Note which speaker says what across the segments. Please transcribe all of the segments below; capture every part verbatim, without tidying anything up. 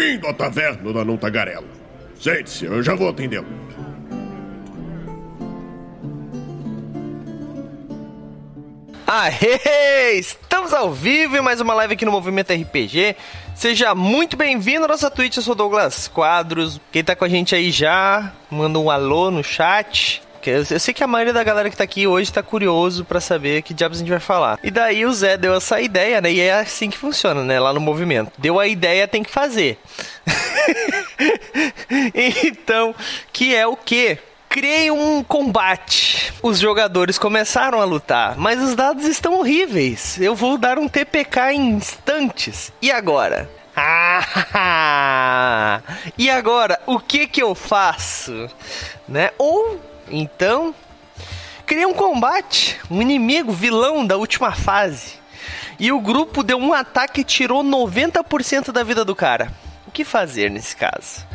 Speaker 1: Bem-vindo à taverna da Não Tagarela. Sente-se, eu já vou atendê-lo.
Speaker 2: Aê! Estamos ao vivo em mais uma live aqui no Movimento R P G. Seja muito bem-vindo à nossa Twitch, eu sou Douglas Quadros. Quem tá com a gente aí já, manda um alô no chat. Eu sei que a maioria da galera que tá aqui hoje tá curioso pra saber que diabos a gente vai falar. E daí o Zé deu essa ideia, né? E é assim que funciona, né? Lá no Movimento. Deu a ideia, tem que fazer. Então, que é o quê? Criei um combate. Os jogadores começaram a lutar, mas os dados estão horríveis. Eu vou dar um T P K em instantes. E agora? Ah! E agora, o que que eu faço? Né? Ou, então, criei um combate. Um inimigo, vilão da última fase. E o grupo deu um ataque e tirou noventa por cento da vida do cara. O que fazer nesse caso?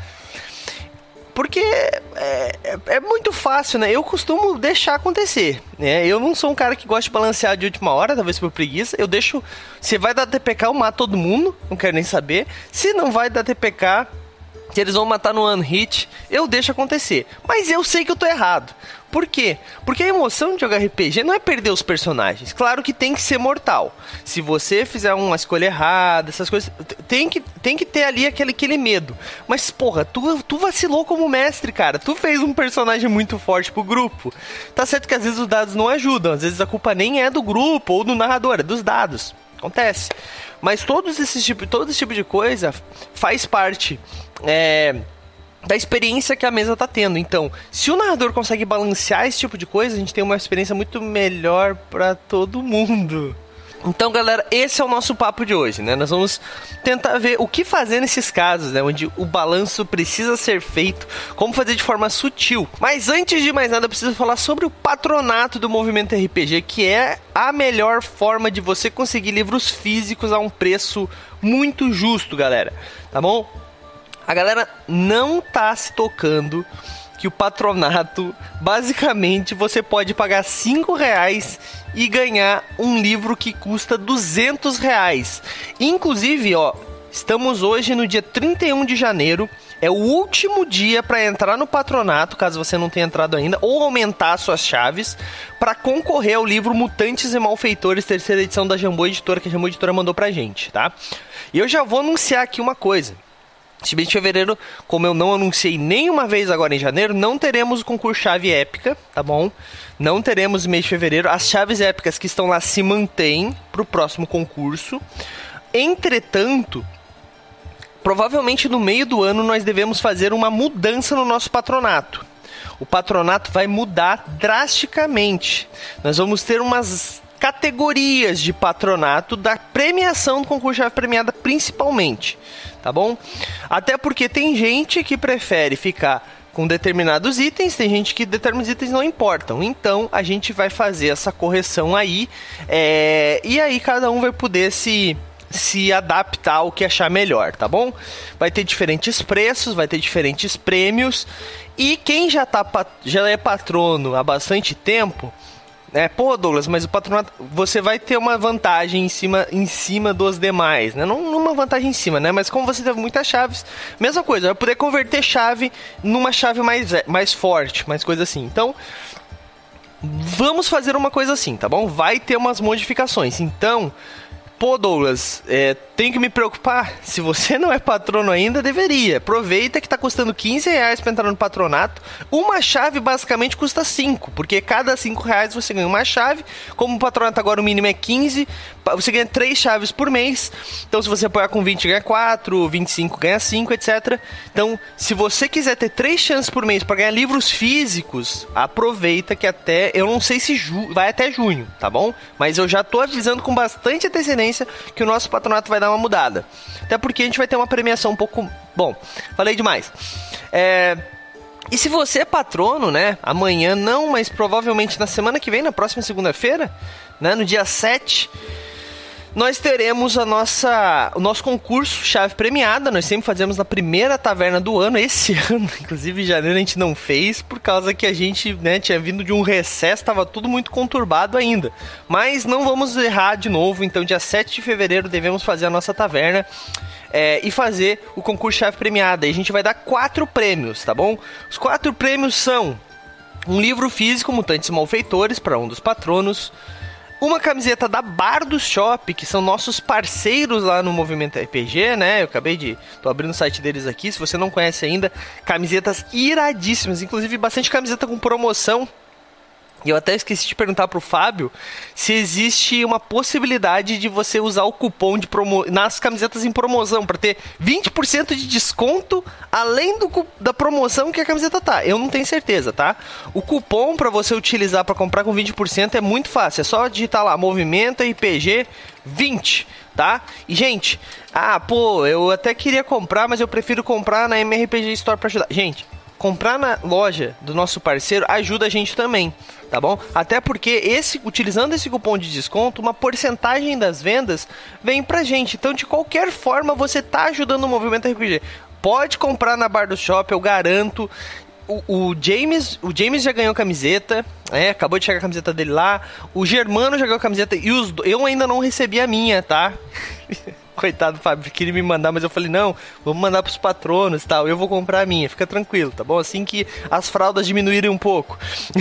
Speaker 2: Porque é, é, é muito fácil, né? Eu costumo deixar acontecer, né? Eu não sou um cara que gosta de balancear de última hora, talvez por preguiça. Eu deixo... Se vai dar T P K, eu mato todo mundo. Não quero nem saber. Se não vai dar T P K, se eles vão matar no one hit, eu deixo acontecer. Mas eu sei que eu tô errado. Por quê? Porque a emoção de jogar R P G não é perder os personagens. Claro que tem que ser mortal. Se você fizer uma escolha errada, essas coisas... Tem que, tem que ter ali aquele, aquele medo. Mas, porra, tu, tu vacilou como mestre, cara. Tu fez um personagem muito forte pro grupo. Tá certo que às vezes os dados não ajudam. Às vezes a culpa nem é do grupo ou do narrador, é dos dados. Acontece. Mas todos esses tipo, todo esse tipo de coisa faz parte... É... da experiência que a mesa tá tendo. Então, se o narrador consegue balancear esse tipo de coisa, a gente tem uma experiência muito melhor pra todo mundo. Então, galera, esse é o nosso papo de hoje, né? Nós vamos tentar ver o que fazer nesses casos, né? Onde o balanço precisa ser feito, como fazer de forma sutil. Mas antes de mais nada, eu preciso falar sobre o patronato do Movimento R P G, que é a melhor forma de você conseguir livros físicos a um preço muito justo, galera. Tá bom? A galera não tá se tocando que o patronato, basicamente, você pode pagar cinco reais e ganhar um livro que custa duzentos reais. Inclusive, ó, estamos hoje no dia trinta e um de janeiro, é o último dia para entrar no patronato, caso você não tenha entrado ainda, ou aumentar suas chaves, para concorrer ao livro Mutantes e Malfeitores, terceira edição da Jambô Editora, que a Jambô Editora mandou pra gente, tá? E eu já vou anunciar aqui uma coisa. Este mês de fevereiro, como eu não anunciei nenhuma vez agora em janeiro, não teremos o concurso Chave Épica, tá bom? Não teremos no mês de fevereiro. As chaves épicas que estão lá se mantêm para o próximo concurso. Entretanto, provavelmente no meio do ano nós devemos fazer uma mudança no nosso patronato. O patronato vai mudar drasticamente. Nós vamos ter umas categorias de patronato da premiação do concurso Chave Premiada principalmente. Tá bom? Até porque tem gente que prefere ficar com determinados itens, tem gente que determinados itens não importam. Então, a gente vai fazer essa correção aí. É... E aí, cada um vai poder se, se adaptar ao que achar melhor, tá bom? Vai ter diferentes preços, vai ter diferentes prêmios. E quem já, tá, já é patrono há bastante tempo... É, pô, Douglas, mas o patronato, você vai ter uma vantagem em cima, em cima dos demais, né? Não uma vantagem em cima, né? Mas como você teve muitas chaves, mesma coisa, vai poder converter chave numa chave mais, mais forte, mais coisa assim. Então, vamos fazer uma coisa assim, tá bom? Vai ter umas modificações. Então, pô, Douglas, é, tem que me preocupar? Se você não é patrono ainda, deveria. Aproveita que tá custando quinze reais para entrar no patronato. Uma chave basicamente custa cinco, porque cada cinco reais você ganha uma chave. Como o patronato agora o mínimo é quinze, você ganha três chaves por mês. Então, se você apoiar com vinte, ganha quatro, vinte e cinco ganha cinco, etcétera. Então, se você quiser ter três chances por mês para ganhar livros físicos, aproveita que até, eu não sei se ju- vai até junho, tá bom? Mas eu já tô avisando com bastante antecedência que o nosso patronato vai dar uma mudada. Até porque a gente vai ter uma premiação um pouco... Bom, falei demais. É... E se você é patrono, né? Amanhã não, mas provavelmente na semana que vem, na próxima segunda-feira, né? No dia sete... nós teremos a nossa, o nosso concurso chave premiada. Nós sempre fazemos na primeira taverna do ano. Esse ano, inclusive em janeiro, a gente não fez por causa que a gente, né, tinha vindo de um recesso, estava tudo muito conturbado ainda. Mas não vamos errar de novo, então dia sete de fevereiro devemos fazer a nossa taverna é, e fazer o concurso chave premiada. E a gente vai dar quatro prêmios, tá bom? Os quatro prêmios são um livro físico, Mutantes Malfeitores, para um dos patronos. Uma camiseta da Bardos Shop, que são nossos parceiros lá no Movimento R P G, né? Eu acabei de... tô abrindo o site deles aqui, se você não conhece ainda. Camisetas iradíssimas, inclusive bastante camiseta com promoção. E eu até esqueci de perguntar pro Fábio se existe uma possibilidade de você usar o cupom de promo... nas camisetas em promoção, para ter vinte por cento de desconto além do, da promoção que a camiseta tá. Eu não tenho certeza, tá? O cupom para você utilizar para comprar com vinte por cento é muito fácil. É só digitar lá, Movimento R P G vinte, tá? E, gente, ah, pô, eu até queria comprar, mas eu prefiro comprar na M R P G Store para ajudar. Gente, comprar na loja do nosso parceiro ajuda a gente também, tá bom? Até porque esse, utilizando esse cupom de desconto, uma porcentagem das vendas vem pra gente. Então, de qualquer forma, você tá ajudando o Movimento R P G. Pode comprar na Bardos Shop, eu garanto. O, o, James, o James já ganhou camiseta, é, acabou de chegar a camiseta dele lá. O Germano já ganhou camiseta e os, eu ainda não recebi a minha, tá? Coitado, Fábio, queria me mandar, mas eu falei, não, vamos mandar pros patronos e tal, eu vou comprar a minha, fica tranquilo, tá bom? Assim que as fraldas diminuírem um pouco.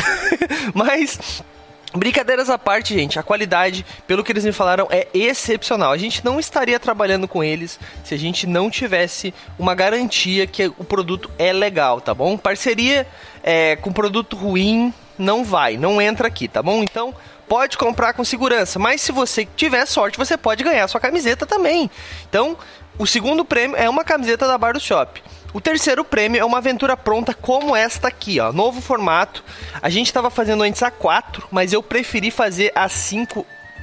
Speaker 2: Mas, brincadeiras à parte, gente, a qualidade, pelo que eles me falaram, é excepcional. A gente não estaria trabalhando com eles se a gente não tivesse uma garantia que o produto é legal, tá bom? Parceria é, com produto ruim não vai, não entra aqui, tá bom? Então, pode comprar com segurança, mas se você tiver sorte, você pode ganhar sua camiseta também. Então, o segundo prêmio é uma camiseta da Bardos Shop. O terceiro prêmio é uma aventura pronta como esta aqui, ó, novo formato. A gente estava fazendo antes a quatro, mas eu preferi fazer a cinco,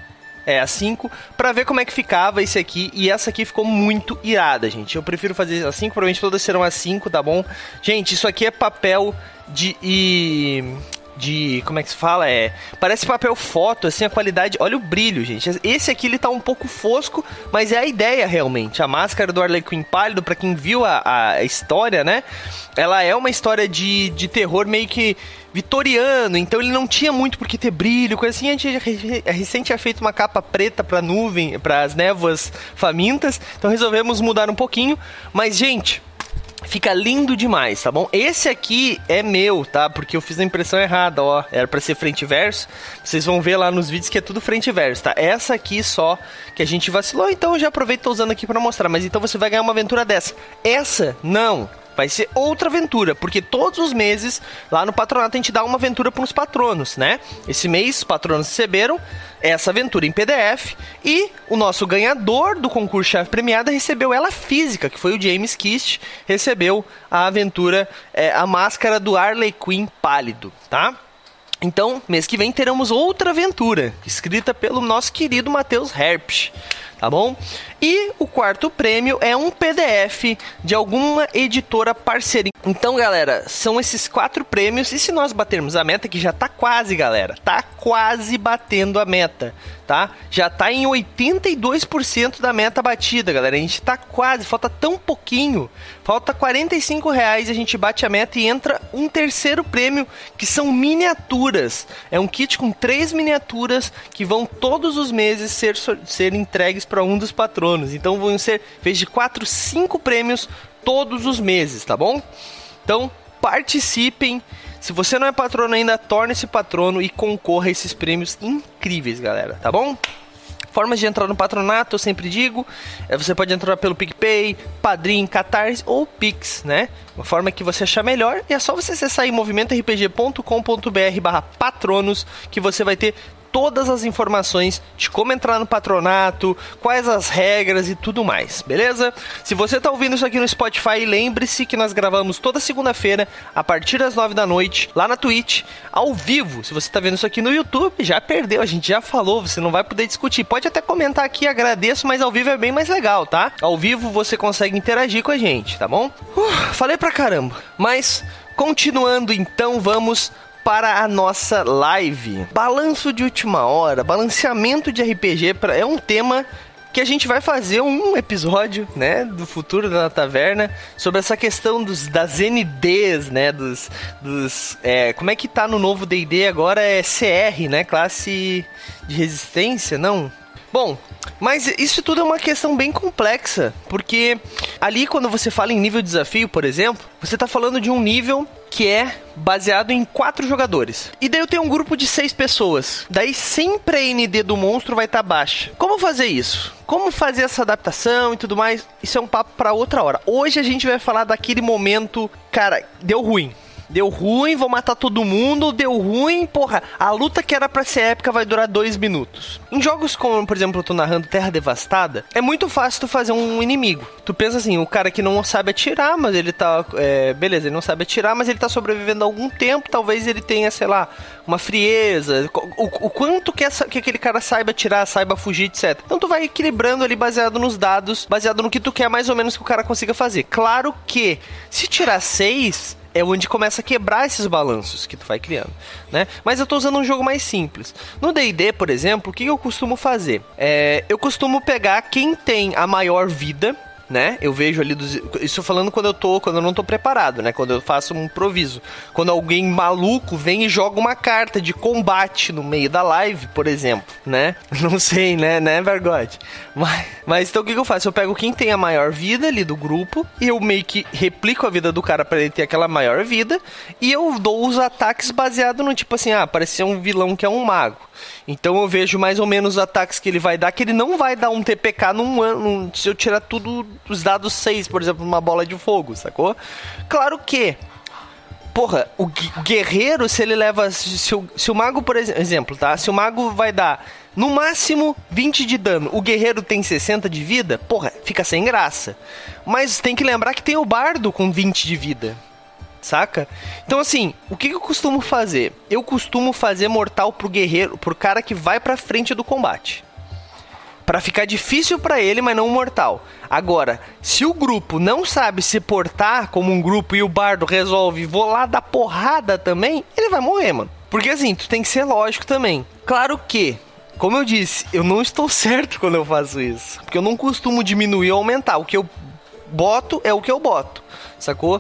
Speaker 2: é, a cinco, para ver como é que ficava esse aqui, e essa aqui ficou muito irada, gente. Eu prefiro fazer a cinco, provavelmente todas serão a cinco, tá bom? Gente, isso aqui é papel de... E... de, como é que se fala, é, parece papel foto, assim, a qualidade, olha o brilho, gente, esse aqui ele tá um pouco fosco, mas é a ideia realmente. A máscara do Harley Quinn pálido, pra quem viu a, a história, né, ela é uma história de, de terror meio que vitoriano, então ele não tinha muito por que ter brilho, coisa assim. A gente recente tinha feito uma capa preta pra nuvem, pras névoas famintas, então resolvemos mudar um pouquinho, mas, gente, fica lindo demais, tá bom? Esse aqui é meu, tá? Porque eu fiz a impressão errada, ó. Era pra ser frente e verso. Vocês vão ver lá nos vídeos que é tudo frente e verso, tá? Essa aqui só que a gente vacilou, então eu já aproveito e tô usando aqui pra mostrar. Mas então você vai ganhar uma aventura dessa. Essa, não. Vai ser outra aventura, porque todos os meses lá no patronato a gente dá uma aventura para os patronos, né? Esse mês os patronos receberam essa aventura em P D F e o nosso ganhador do concurso chave premiada recebeu ela física, que foi o James Kist, recebeu a aventura, é, a máscara do Harley Quinn pálido, tá? Então, mês que vem teremos outra aventura, escrita pelo nosso querido Matheus Herpsch, tá bom? E o quarto prêmio é um P D F de alguma editora parceira. Então, galera, são esses quatro prêmios. E se nós batermos a meta, que já tá quase, galera, tá quase batendo a meta, tá? Já tá em oitenta e dois por cento da meta batida, galera. A gente tá quase, falta tão pouquinho. Falta quarenta e cinco reais, a gente bate a meta e entra um terceiro prêmio, que são miniaturas. É um kit com três miniaturas que vão todos os meses ser, ser entregues para um dos patronos. Então vão ser, em vez de quatro, cinco prêmios todos os meses, tá bom? Então participem. Se você não é patrono ainda, torne-se patrono e concorra a esses prêmios incríveis, galera, tá bom? Formas de entrar no patronato, eu sempre digo, é, você pode entrar pelo PicPay, Padrim, Catarse ou Pix, né? Uma forma que você achar melhor, e é só você acessar em movimento r p g ponto com ponto b r barra patronos que você vai ter todas as informações de como entrar no patronato, quais as regras e tudo mais, beleza? Se você tá ouvindo isso aqui no Spotify, lembre-se que nós gravamos toda segunda-feira, a partir das nove da noite, lá na Twitch, ao vivo. Se você tá vendo isso aqui no YouTube, já perdeu, a gente já falou, você não vai poder discutir. Pode até comentar aqui, agradeço, mas ao vivo é bem mais legal, tá? Ao vivo você consegue interagir com a gente, tá bom? Uh, falei pra caramba, mas continuando então, vamos para a nossa live. Balanço de última hora, balanceamento de R P G pra, é um tema que a gente vai fazer um episódio, né, do futuro da taverna, sobre essa questão dos, das N Ds, né, dos, dos é, como é que tá no novo D e D agora, é C R, né, classe de resistência, não? Bom, mas isso tudo é uma questão bem complexa, porque ali quando você fala em nível de desafio, por exemplo, você tá falando de um nível que é baseado em quatro jogadores. E daí eu tenho um grupo de seis pessoas. Daí sempre a N D do monstro vai estar tá baixa. Como fazer isso? Como fazer essa adaptação e tudo mais? Isso é um papo pra outra hora. Hoje a gente vai falar daquele momento, cara, deu ruim. Deu ruim, vou matar todo mundo, deu ruim, porra, a luta que era pra ser épica vai durar dois minutos. Em jogos como, por exemplo, eu tô narrando Terra Devastada, é muito fácil tu fazer um inimigo. Tu pensa assim, o cara que não sabe atirar, mas ele tá, é, beleza, ele não sabe atirar, mas ele tá sobrevivendo há algum tempo, talvez ele tenha, sei lá, uma frieza, o, o quanto que, essa, que aquele cara saiba atirar, saiba fugir, etcétera. Então tu vai equilibrando ali baseado nos dados, baseado no que tu quer mais ou menos que o cara consiga fazer. Claro que, se tirar seis... é onde começa a quebrar esses balanços que tu vai criando, né? Mas eu tô usando um jogo mais simples. No D e D, por exemplo, o que eu costumo fazer? É, eu costumo pegar quem tem a maior vida, né? Eu vejo ali dos... Isso falando quando eu tô, quando eu não tô preparado, né? Quando eu faço um improviso. Quando alguém maluco vem e joga uma carta de combate no meio da live, por exemplo, né? Não sei, né, né, Vergote? Mas, mas então o que que eu faço? Eu pego quem tem a maior vida ali do grupo e eu meio que replico a vida do cara pra ele ter aquela maior vida e eu dou os ataques baseado no tipo assim, ah, parecia um vilão que é um mago. Então eu vejo mais ou menos os ataques que ele vai dar, que ele não vai dar um T P K num ano, se eu tirar tudo os dados seis, por exemplo, numa bola de fogo, sacou? Claro que, porra, o guerreiro, se ele leva, se o, se o mago, por exemplo, tá? Se o mago vai dar no máximo vinte de dano, o guerreiro tem sessenta de vida, porra, fica sem graça. Mas tem que lembrar que tem o bardo com vinte de vida. Saca? Então assim, o que eu costumo fazer? Eu costumo fazer mortal pro guerreiro, pro cara que vai pra frente do combate. Pra ficar difícil pra ele, mas não mortal. Agora, se o grupo não sabe se portar como um grupo e o bardo resolve vou lá dar porrada também, ele vai morrer, mano. Porque assim, tu tem que ser lógico também. Claro que, como eu disse, eu não estou certo quando eu faço isso. Porque eu não costumo diminuir ou aumentar. O que eu boto é o que eu boto. Sacou?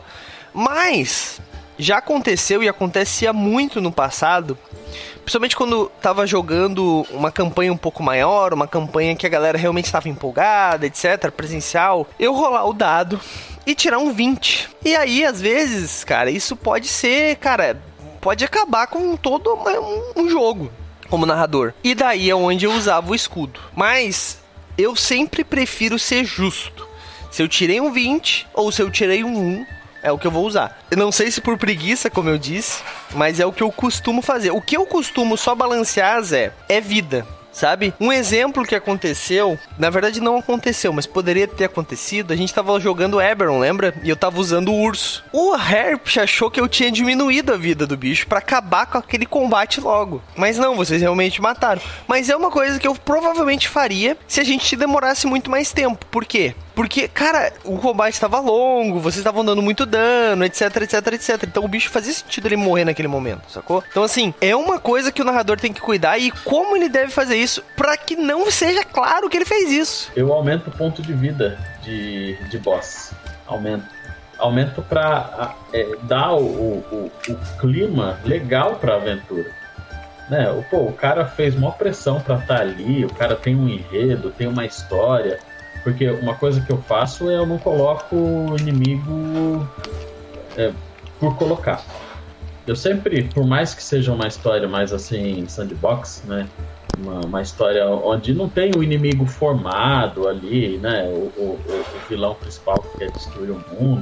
Speaker 2: Mas já aconteceu e acontecia muito no passado, principalmente quando tava jogando uma campanha um pouco maior, uma campanha que a galera realmente estava empolgada, etcétera, presencial, eu rolar o dado e tirar um vinte. E aí, às vezes, cara, isso pode ser, cara, pode acabar com todo um, um jogo como narrador. E daí é onde eu usava o escudo. Mas eu sempre prefiro ser justo. Se eu tirei um vinte ou se eu tirei um um, é o que eu vou usar. Eu não sei se por preguiça, como eu disse, mas é o que eu costumo fazer. O que eu costumo só balancear, Zé, é vida, sabe? Um exemplo que aconteceu, na verdade não aconteceu, mas poderia ter acontecido. A gente tava jogando Eberron, lembra? E eu tava usando o urso. O Herp achou que eu tinha diminuído a vida do bicho pra acabar com aquele combate logo. Mas não, vocês realmente mataram. Mas é uma coisa que eu provavelmente faria se a gente demorasse muito mais tempo. Por quê? Porque, cara, o combate estava longo, vocês estavam dando muito dano, etc, etc, etcétera. Então o bicho fazia sentido ele morrer naquele momento, sacou? Então, assim, é uma coisa que o narrador tem que cuidar e como ele deve fazer isso pra que não seja claro que ele fez isso.
Speaker 3: Eu aumento o ponto de vida de, de boss. Aumento. Aumento pra é, dar o, o, o clima legal pra aventura. Né? O, pô, o cara fez maior pressão pra estar ali, o cara tem um enredo, tem uma história. Porque uma coisa que eu faço é eu não coloco o inimigo é, por colocar. Eu sempre, por mais que seja uma história mais assim, sandbox, né? Uma, uma história onde não tem o inimigo formado ali, né? O, o, o vilão principal que quer destruir o mundo.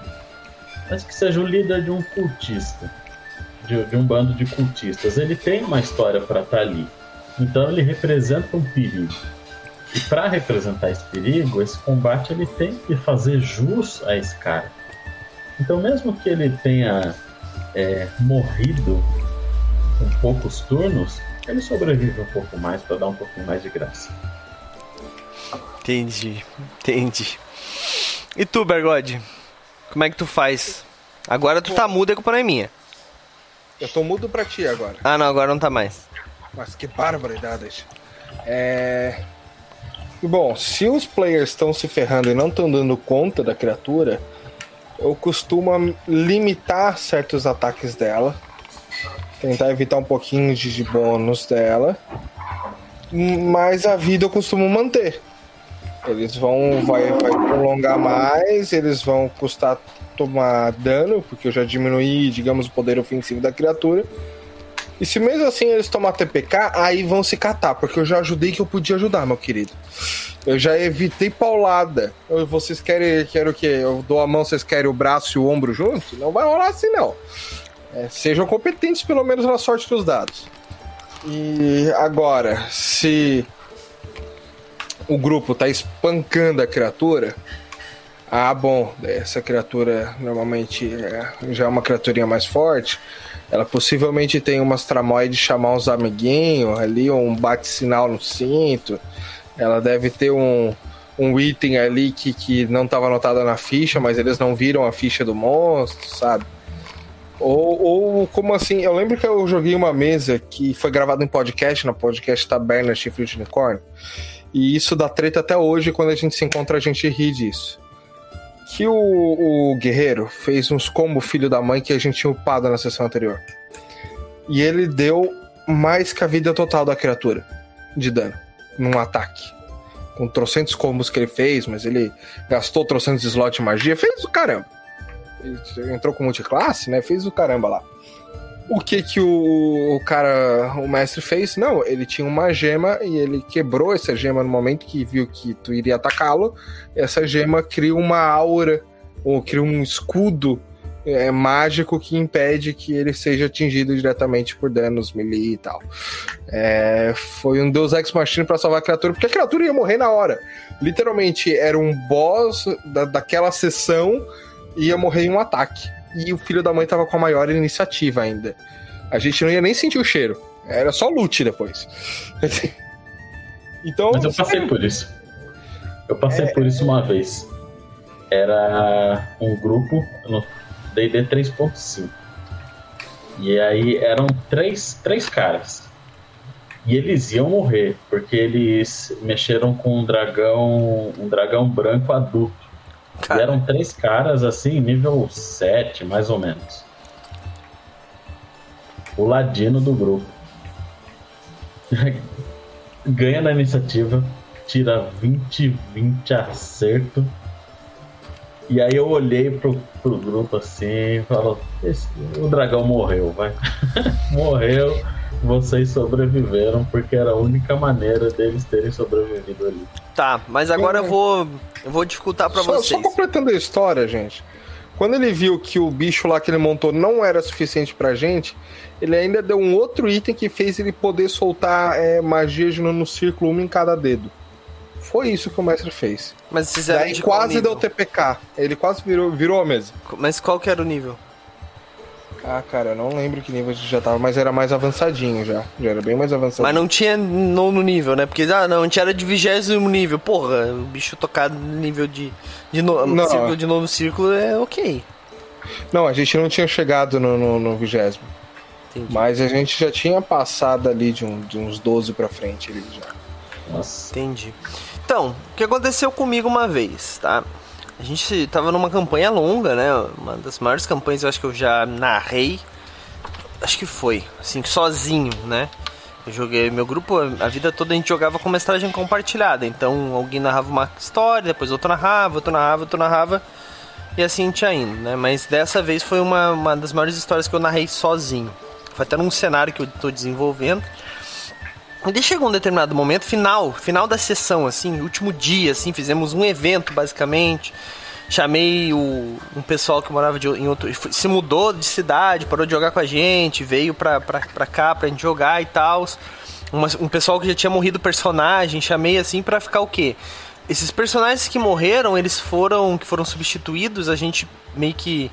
Speaker 3: Mas que seja o líder de um cultista, de, de um bando de cultistas. Ele tem uma história para estar ali. Então ele representa um perigo. E para representar esse perigo, esse combate ele tem que fazer jus a esse cara. Então, mesmo que ele tenha é, morrido com poucos turnos, ele sobrevive um pouco mais para dar um pouquinho mais de graça.
Speaker 2: Entendi, entendi. E tu, Bergode? Como é que tu faz? Agora tu tá mudo, a culpa não é minha.
Speaker 4: Eu tô mudo pra ti agora.
Speaker 2: Ah, não, agora não tá mais.
Speaker 4: Mas que barbaridade. É... Bom, se os players estão se ferrando e não estão dando conta da criatura, eu costumo limitar certos ataques dela, tentar evitar um pouquinho de, de bônus dela, mas a vida eu costumo manter. Eles vão vai, vai prolongar mais, eles vão custar tomar dano, porque eu já diminuí, digamos, o poder ofensivo da criatura. E se mesmo assim eles tomar T P K, aí vão se catar, porque eu já ajudei que eu podia ajudar, meu querido. Eu já evitei paulada. Vocês querem, querem o quê? Eu dou a mão, vocês querem o braço e o ombro junto? Não vai rolar assim, não. É, sejam competentes, pelo menos na sorte dos dados. E agora, se o grupo tá espancando a criatura, ah, bom, essa criatura normalmente é, já é uma criaturinha mais forte. Ela possivelmente tem umas tramóides de chamar uns amiguinhos ali, ou um bate-sinal no cinto. Ela deve ter um, um item ali que, que não estava anotado na ficha, mas eles não viram a ficha do monstro, sabe? Ou, ou como assim? Eu lembro que eu joguei uma mesa que foi gravada em podcast, na podcast Taberna Chifre de Unicórnio. E isso dá treta até hoje, quando a gente se encontra a gente ri disso. Que o, o guerreiro fez uns combo filho da mãe que a gente tinha upado na sessão anterior. E ele deu mais que a vida total da criatura de dano num ataque. Com trocentos combos que ele fez, mas ele gastou trocentos slots de magia, fez o caramba. Ele entrou com multiclasse, né? Fez o caramba lá. O que que o, o cara, o mestre fez? Não, ele tinha uma gema e ele quebrou essa gema no momento que viu que tu iria atacá-lo. Essa gema cria uma aura, ou cria um escudo é, mágico que impede que ele seja atingido diretamente por danos melee e tal. É, foi um Deus Ex Machina pra salvar a criatura, porque a criatura ia morrer na hora. Literalmente, era um boss da, daquela sessão e ia morrer em um ataque. E o filho da mãe tava com a maior iniciativa ainda. A gente não ia nem sentir o cheiro. Era só loot depois. Então,
Speaker 3: mas eu passei sabe? por isso. Eu passei é... por isso uma vez. Era um grupo no D e D três ponto cinco. E aí eram três, três caras. E eles iam morrer, porque eles mexeram com um dragão, um dragão branco adulto. Cara. E eram três caras assim, nível sete, mais ou menos. O ladino do grupo ganha na iniciativa, tira vinte, vinte acerto. E aí eu olhei pro, pro grupo assim e falo: o dragão morreu, vai. Morreu, vocês sobreviveram, porque era a única maneira deles terem sobrevivido ali.
Speaker 2: Tá, mas agora eu vou eu vou dificultar pra
Speaker 4: só,
Speaker 2: vocês.
Speaker 4: Só completando a história, gente. Quando ele viu que o bicho lá que ele montou não era suficiente pra gente, ele ainda deu um outro item que fez ele poder soltar é, magia de no círculo, uma em cada dedo. Foi isso que o mestre fez.
Speaker 2: Mas fizeram
Speaker 4: Daí de quase deu T P K. Ele quase virou, virou a mesa.
Speaker 2: Mas qual que era o nível?
Speaker 4: Ah, cara, eu não lembro que nível já tava, mas era mais avançadinho já. Já era bem mais avançadinho.
Speaker 2: Mas não tinha nono nível, né? Porque, ah, não, a gente era de vigésimo nível. Porra, o bicho tocado no nível de, de, no,
Speaker 4: não,
Speaker 2: círculo, de nono círculo é ok.
Speaker 4: Não, a gente não tinha chegado no, no, no vigésimo. Entendi. Mas a gente já tinha passado ali de, um, de uns doze pra frente ali já.
Speaker 2: Nossa. Entendi. Então, o que aconteceu comigo uma vez, tá? A gente tava numa campanha longa, né? Uma das maiores campanhas eu acho que eu já narrei. Acho que foi, assim, sozinho, né? Eu joguei, meu grupo, a vida toda a gente jogava com mestragem compartilhada. Então alguém narrava uma história, depois outro narrava, outro narrava, outro narrava. E assim a gente ia indo, né? Mas dessa vez foi uma, uma das maiores histórias que eu narrei sozinho. Foi até num cenário que eu tô desenvolvendo. E daí chegou um determinado momento, final, final da sessão, assim, último dia, assim, fizemos um evento, basicamente. Chamei o, um pessoal que morava de, em outro... Se mudou de cidade, parou de jogar com a gente, veio pra, pra, pra cá pra gente jogar e tal. Um pessoal que já tinha morrido personagem, chamei, assim, pra ficar o quê? Esses personagens que morreram, eles foram... Que foram substituídos, a gente meio que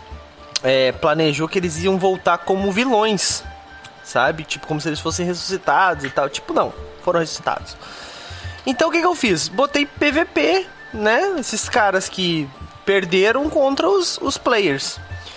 Speaker 2: é, planejou que eles iam voltar como vilões. Sabe? Tipo, como se eles fossem ressuscitados e tal. Tipo, não. Foram ressuscitados. Então, o que que eu fiz? Botei P V P, né? Esses caras que perderam contra os, os players.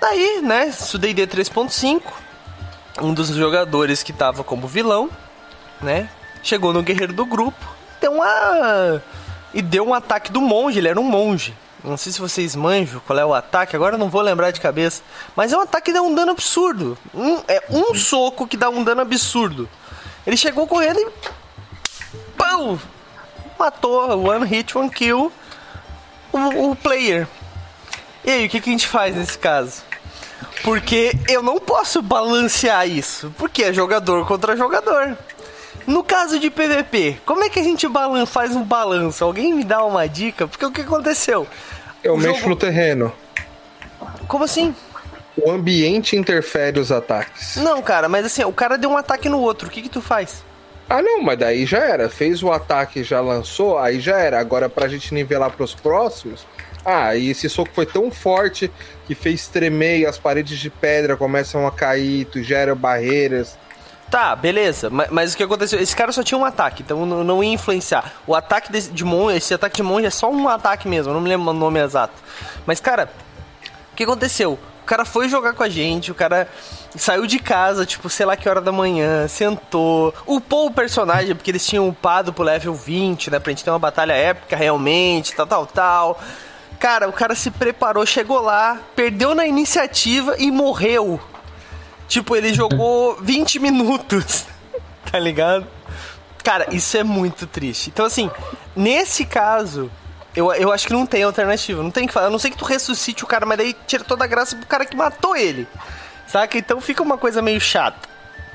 Speaker 2: Daí, né, isso D e D três ponto cinco, um dos jogadores que tava como vilão, né, chegou no guerreiro do grupo, deu uma... e deu um ataque do monge, ele era um monge. Não sei se vocês manjam qual é o ataque, agora eu não vou lembrar de cabeça, mas é um ataque que dá um dano absurdo. Um, é um soco que dá um dano absurdo. Ele chegou correndo e... pão! Matou, one hit, one kill, o, o player. E aí, o que, que a gente faz nesse caso? Porque eu não posso balancear isso, porque é jogador contra jogador. No caso de P V P, como é que a gente balan- faz um balanço? Alguém me dá uma dica? Porque o que aconteceu?
Speaker 4: Eu
Speaker 2: O
Speaker 4: mexo
Speaker 2: jogo-
Speaker 4: no terreno.
Speaker 2: Como assim?
Speaker 4: O ambiente interfere os ataques.
Speaker 2: Não, cara, mas assim, o cara deu um ataque no outro, o que que tu faz?
Speaker 4: Ah, não, mas daí já era. Fez o ataque e já lançou, aí já era. Agora, pra gente nivelar pros próximos... Ah, e esse soco foi tão forte que fez tremer e as paredes de pedra começam a cair, tu gera barreiras.
Speaker 2: Tá, beleza, mas, mas o que aconteceu? Esse cara só tinha um ataque, então não, não ia influenciar. O ataque de, de monge, esse ataque de monge é só um ataque mesmo, eu não me lembro o nome exato. Mas, cara, o que aconteceu? O cara foi jogar com a gente, o cara saiu de casa, tipo, sei lá que hora da manhã, sentou, upou o personagem, porque eles tinham upado pro level vinte, né, pra gente ter uma batalha épica realmente, tal, tal, tal. Cara, o cara se preparou, chegou lá, perdeu na iniciativa e morreu. Tipo, ele jogou vinte minutos, tá ligado? Cara, isso é muito triste. Então, assim, nesse caso, eu, eu acho que não tem alternativa. Não tem que falar. A não ser que tu ressuscite o cara, mas daí tira toda a graça pro cara que matou ele. Saca? Então fica uma coisa meio chata.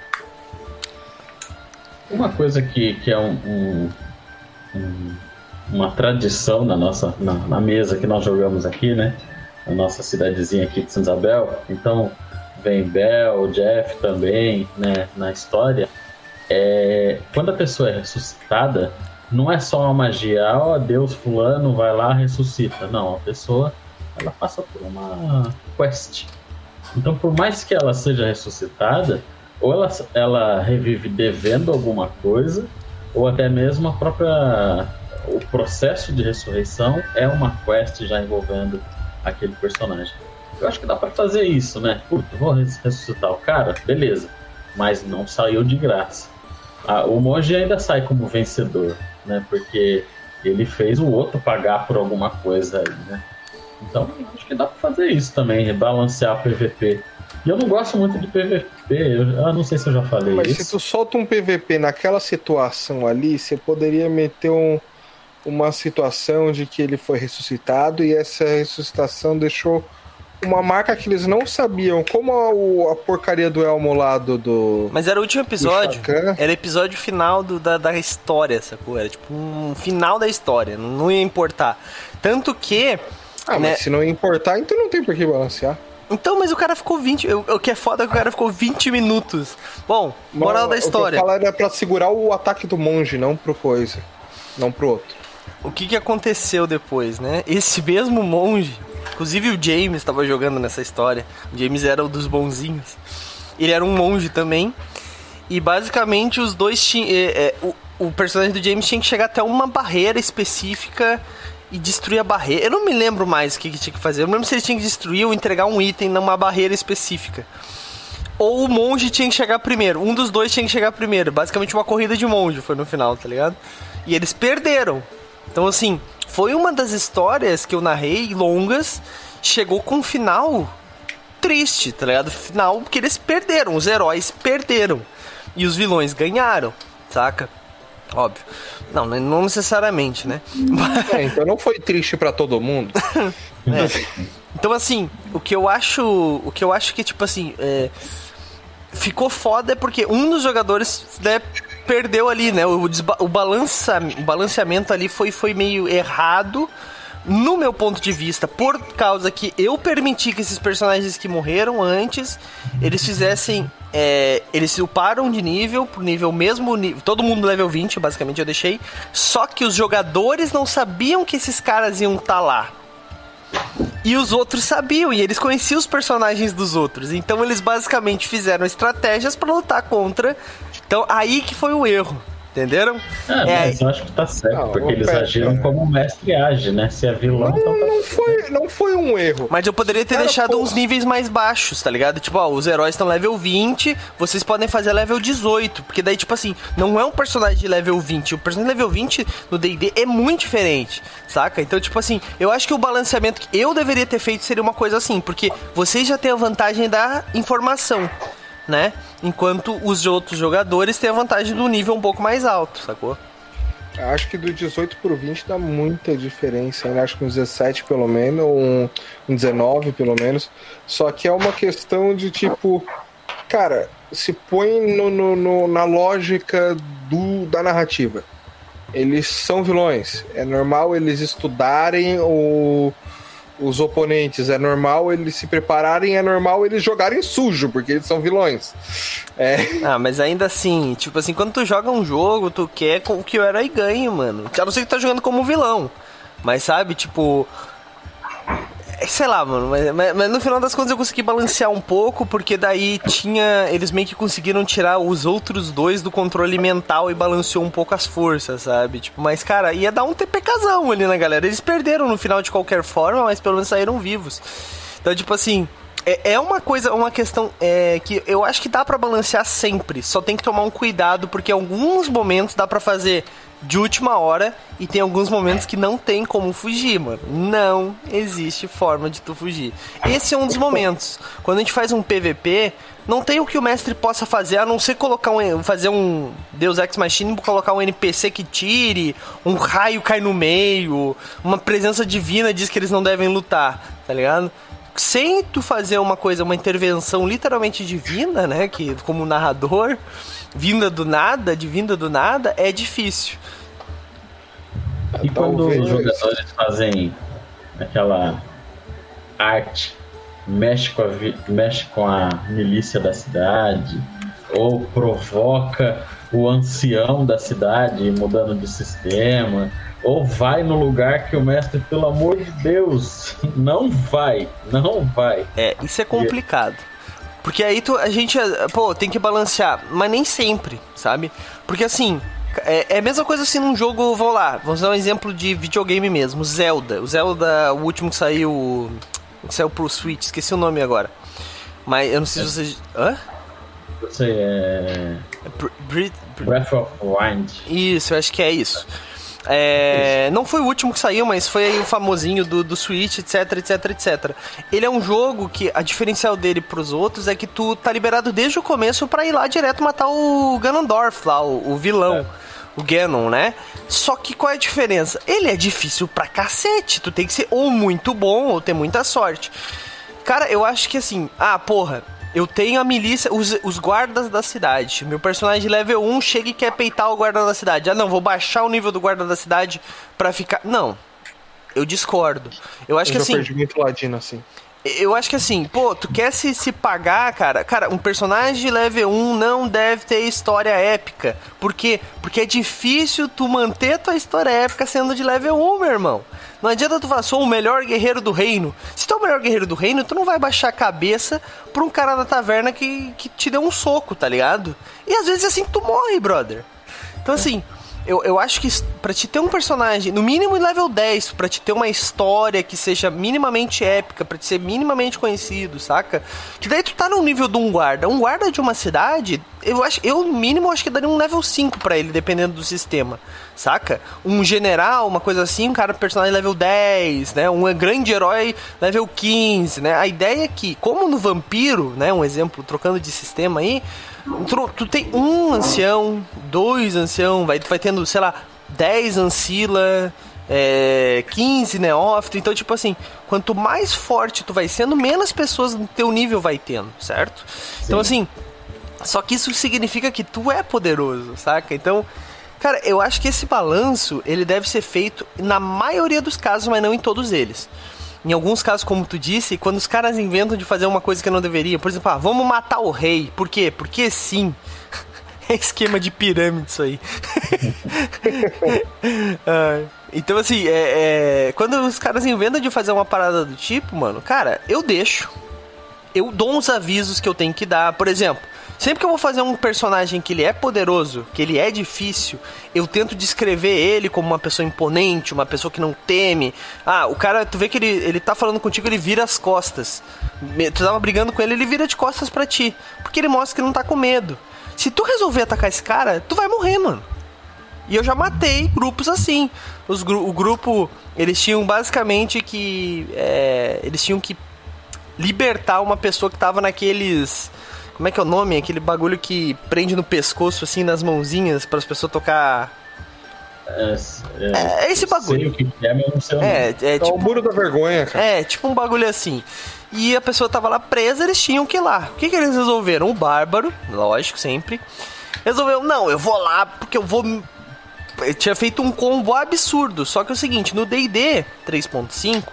Speaker 3: Uma coisa que, que é um, um, um, uma tradição na nossa na, na mesa que nós jogamos aqui, né? Na nossa cidadezinha aqui de Santa Isabel. Então, vem Bel, Jeff também, né? Na história. É, quando a pessoa é ressuscitada, não é só uma magia. Ó, oh, Deus fulano vai lá ressuscita. Não, a pessoa ela passa por uma quest. Então, por mais que ela seja ressuscitada, ou ela, ela revive devendo alguma coisa, ou até mesmo a própria o processo de ressurreição é uma quest já envolvendo aquele personagem. Eu acho que dá pra fazer isso, né? Puta, vou ressuscitar o cara, beleza, mas não saiu de graça. Ah, o monge ainda sai como vencedor, né? Porque ele fez o outro pagar por alguma coisa aí, né? Então, acho que dá pra fazer isso também, balancear P V P. E eu não gosto muito de P V P, eu, eu não sei se eu já falei
Speaker 4: Mas
Speaker 3: isso.
Speaker 4: se tu solta um P V P naquela situação ali, você poderia meter um, uma situação de que ele foi ressuscitado e essa ressuscitação deixou uma marca que eles não sabiam, como a, a porcaria do Elmo lá do... do
Speaker 2: Mas era o último episódio,
Speaker 4: Chacan.
Speaker 2: era o episódio final do, da, da história, sacou? Era tipo um final da história, não ia importar. Tanto que...
Speaker 4: Ah,
Speaker 2: né?
Speaker 4: mas se não importar, então não tem por que balancear.
Speaker 2: Então, mas o cara ficou vinte... O, o que é foda é que o cara ficou vinte minutos. Bom, moral
Speaker 4: Mas
Speaker 2: da história.
Speaker 4: O que eu falo era pra segurar o ataque do monge, não pro coisa. Não pro outro.
Speaker 2: O que que aconteceu depois, né? Esse mesmo monge... Inclusive o James estava jogando nessa história. O James era um dos bonzinhos. Ele era um monge também. E basicamente os dois tinham... É, é, o, o personagem do James tinha que chegar até uma barreira específica e destruir a barreira. Eu não me lembro mais o que, que tinha que fazer. Eu não lembro se ele tinha que destruir ou entregar um item numa barreira específica. Ou o monge tinha que chegar primeiro. Um dos dois tinha que chegar primeiro. Basicamente uma corrida de monge foi no final, tá ligado? E eles perderam. Então assim, foi uma das histórias que eu narrei, longas, chegou com um final triste, tá ligado? Final que eles perderam, os heróis perderam. E os vilões ganharam, saca? Óbvio. Não, não necessariamente, né?
Speaker 4: É, então não foi triste pra todo mundo.
Speaker 2: É. Então, assim, o que eu acho. O que eu acho que, tipo assim. É, ficou foda é porque um dos jogadores, né, perdeu ali, né? O, o, balança, o balanceamento ali foi, foi meio errado. No meu ponto de vista, por causa que eu permiti que esses personagens que morreram antes, eles fizessem, é, eles se uparam de nível, pro nível mesmo, nível, todo mundo level vinte, basicamente eu deixei, só que os jogadores não sabiam que esses caras iam estar lá. E os outros sabiam, e eles conheciam os personagens dos outros, então eles basicamente fizeram estratégias pra lutar contra. Então aí que foi o erro. Entenderam?
Speaker 3: É,
Speaker 2: É,
Speaker 3: mas eu acho que tá certo,
Speaker 4: Não,
Speaker 3: porque eles
Speaker 4: pera,
Speaker 3: agiram
Speaker 4: pera.
Speaker 3: como o mestre age, né? Se é vilão,
Speaker 4: Não,
Speaker 3: então tá
Speaker 4: não, foi, não foi um erro.
Speaker 2: Mas eu poderia ter
Speaker 4: Cara,
Speaker 2: deixado
Speaker 4: pô.
Speaker 2: uns níveis mais baixos, tá ligado? Tipo, ó, os heróis estão level vinte, vocês podem fazer level dezoito. Porque daí, tipo assim, não é um personagem de level vinte. O personagem de level vinte no D e D é muito diferente, saca? Então, tipo assim, eu acho que o balanceamento que eu deveria ter feito seria uma coisa assim. Porque vocês já têm a vantagem da informação, né? Enquanto os outros jogadores têm a vantagem do nível um pouco mais alto, sacou?
Speaker 4: Acho que do dezoito pro vinte dá muita diferença. Ainda acho que um dezessete pelo menos, ou um, um dezenove pelo menos. Só que é uma questão de tipo, cara, se põe no, no- no- na lógica do, da narrativa. Eles são vilões. É normal eles estudarem o, os oponentes. É normal eles se prepararem. É normal eles jogarem sujo, porque eles são vilões. É.
Speaker 2: Ah, mas ainda assim, tipo assim, quando tu joga um jogo, tu quer com que o herói ganhe, mano. A não ser que tu tá jogando como vilão. Mas sabe, tipo. é, Sei lá, mano, mas, mas- mas no final das contas eu consegui balancear um pouco, porque daí tinha. Eles meio que conseguiram tirar os outros dois do controle mental e balanceou um pouco as forças, sabe? Tipo, mas cara, ia dar um TPKzão ali na galera. Eles perderam no final de qualquer forma, mas pelo menos saíram vivos. Então, tipo assim. É é uma coisa, uma questão é, que eu acho que dá pra balancear sempre. Só tem que tomar um cuidado, porque em alguns momentos dá pra fazer de última hora e tem alguns momentos que não tem como fugir, mano. Não existe forma de tu fugir. Esse é um dos momentos. Quando a gente faz um P V P, não tem o que o mestre possa fazer, a não ser colocar um, fazer um Deus Ex Machina, colocar um N P C que tire, um raio cai no meio, uma presença divina diz que eles não devem lutar, tá ligado? Sem tu fazer uma coisa, uma intervenção literalmente divina, né? Que como narrador, vinda do nada, de vinda do nada, é difícil.
Speaker 3: E quando
Speaker 4: Talvez.
Speaker 3: os jogadores fazem aquela arte, mexe com, a vi- mexe com a milícia da cidade, ou provoca o ancião da cidade mudando de sistema, ou vai no lugar que o mestre, pelo amor de Deus, não vai, não vai.
Speaker 2: É, isso é complicado. Porque aí tu, a gente, pô, tem que balancear, mas nem sempre, sabe? Porque assim, é, é a mesma coisa assim num jogo, vamos lá, vamos dar um exemplo de videogame mesmo, Zelda. O Zelda, o último que saiu, que saiu pro Switch, esqueci o nome agora. Mas eu não sei se vocês... Hã?
Speaker 3: Você é
Speaker 2: Br- Br- Br-
Speaker 3: Breath of Wild.
Speaker 2: Isso, eu acho que é isso. É, não foi o último que saiu, mas foi aí o famosinho do, do Switch, etc, etc, etcétera. Ele é um jogo que a diferencial dele pros outros é que tu tá liberado desde o começo pra ir lá direto matar o Ganondorf lá, o, o vilão. O Ganon, né? Só que qual é a diferença? Ele é difícil pra cacete. Tu tem que ser ou muito bom ou ter muita sorte. Cara, eu acho que assim... Ah, porra... Eu tenho a milícia, os, os guardas da cidade. Meu personagem level um chega e quer peitar o guarda da cidade. Ah, não, vou baixar o nível do guarda da cidade pra ficar... Não, eu discordo. Eu acho
Speaker 4: Eu
Speaker 2: que
Speaker 4: já
Speaker 2: assim...
Speaker 4: perdi muito ladino assim.
Speaker 2: Eu acho que assim, pô, tu quer se, se pagar, cara... Cara, um personagem de level um não deve ter história épica. Por quê? Porque é difícil tu manter tua história épica sendo de level um, meu irmão. Não adianta tu falar, sou o melhor guerreiro do reino. Se tu é o melhor guerreiro do reino, tu não vai baixar a cabeça pra um cara da taverna que, que te deu um soco, tá ligado? E às vezes é assim que tu morre, brother. Então assim... Eu, eu acho que pra te ter um personagem, no mínimo em level dez, pra te ter uma história que seja minimamente épica, pra te ser minimamente conhecido, saca? Que daí tu tá no nível de um guarda. Um guarda de uma cidade, eu acho, eu no mínimo acho que daria um level cinco pra ele, dependendo do sistema, saca? Um general, uma coisa assim, um cara personagem level dez, né? Um grande herói level quinze, né? A ideia é que, como no vampiro, né? Um exemplo, trocando de sistema aí, Tu, tu tem um ancião, dois ancião, vai, tu vai tendo, sei lá, dez ancila, é, quinze neófito. Então, tipo assim, quanto mais forte tu vai sendo, menos pessoas no teu nível vai tendo, certo? Sim. Então, assim, só que isso significa que tu é poderoso, saca? Então, cara, eu acho que esse balanço, ele deve ser feito na maioria dos casos, mas não em todos eles. Em alguns casos, como tu disse, quando os caras inventam de fazer uma coisa que não deveria, por exemplo, ah, vamos matar o rei. Por quê? Porque sim. É esquema de pirâmide isso aí. ah, então, assim, é, é, quando os caras inventam de fazer uma parada do tipo, mano, cara, eu deixo. Eu dou uns avisos que eu tenho que dar. Por exemplo, Sempre que eu vou fazer um personagem que ele é poderoso, que ele é difícil, eu tento descrever ele como uma pessoa imponente, uma pessoa que não teme. Ah, o cara, tu vê que ele, ele tá falando contigo, ele vira as costas. Tu tava brigando com ele, ele vira de costas pra ti. Porque ele mostra que não tá com medo. Se tu resolver atacar esse cara, tu vai morrer, mano. E eu já matei grupos assim. Os, o grupo, eles tinham basicamente que... É, eles tinham que libertar uma pessoa que tava naqueles... Como é que é o nome? Aquele bagulho que prende no pescoço, assim, nas mãozinhas, para as pessoas tocar...
Speaker 3: É, é,
Speaker 2: é esse bagulho.
Speaker 3: Sei o que é, mas não sei o nome.
Speaker 2: É, é,
Speaker 4: é
Speaker 2: tipo,
Speaker 4: o muro da vergonha, cara.
Speaker 2: É, tipo um bagulho assim. E a pessoa tava lá presa, eles tinham que ir lá. O que que eles resolveram? O bárbaro, lógico, sempre. Resolveu, não, eu vou lá porque eu vou... Eu tinha feito um combo absurdo. Só que é o seguinte, no D e D três ponto cinco,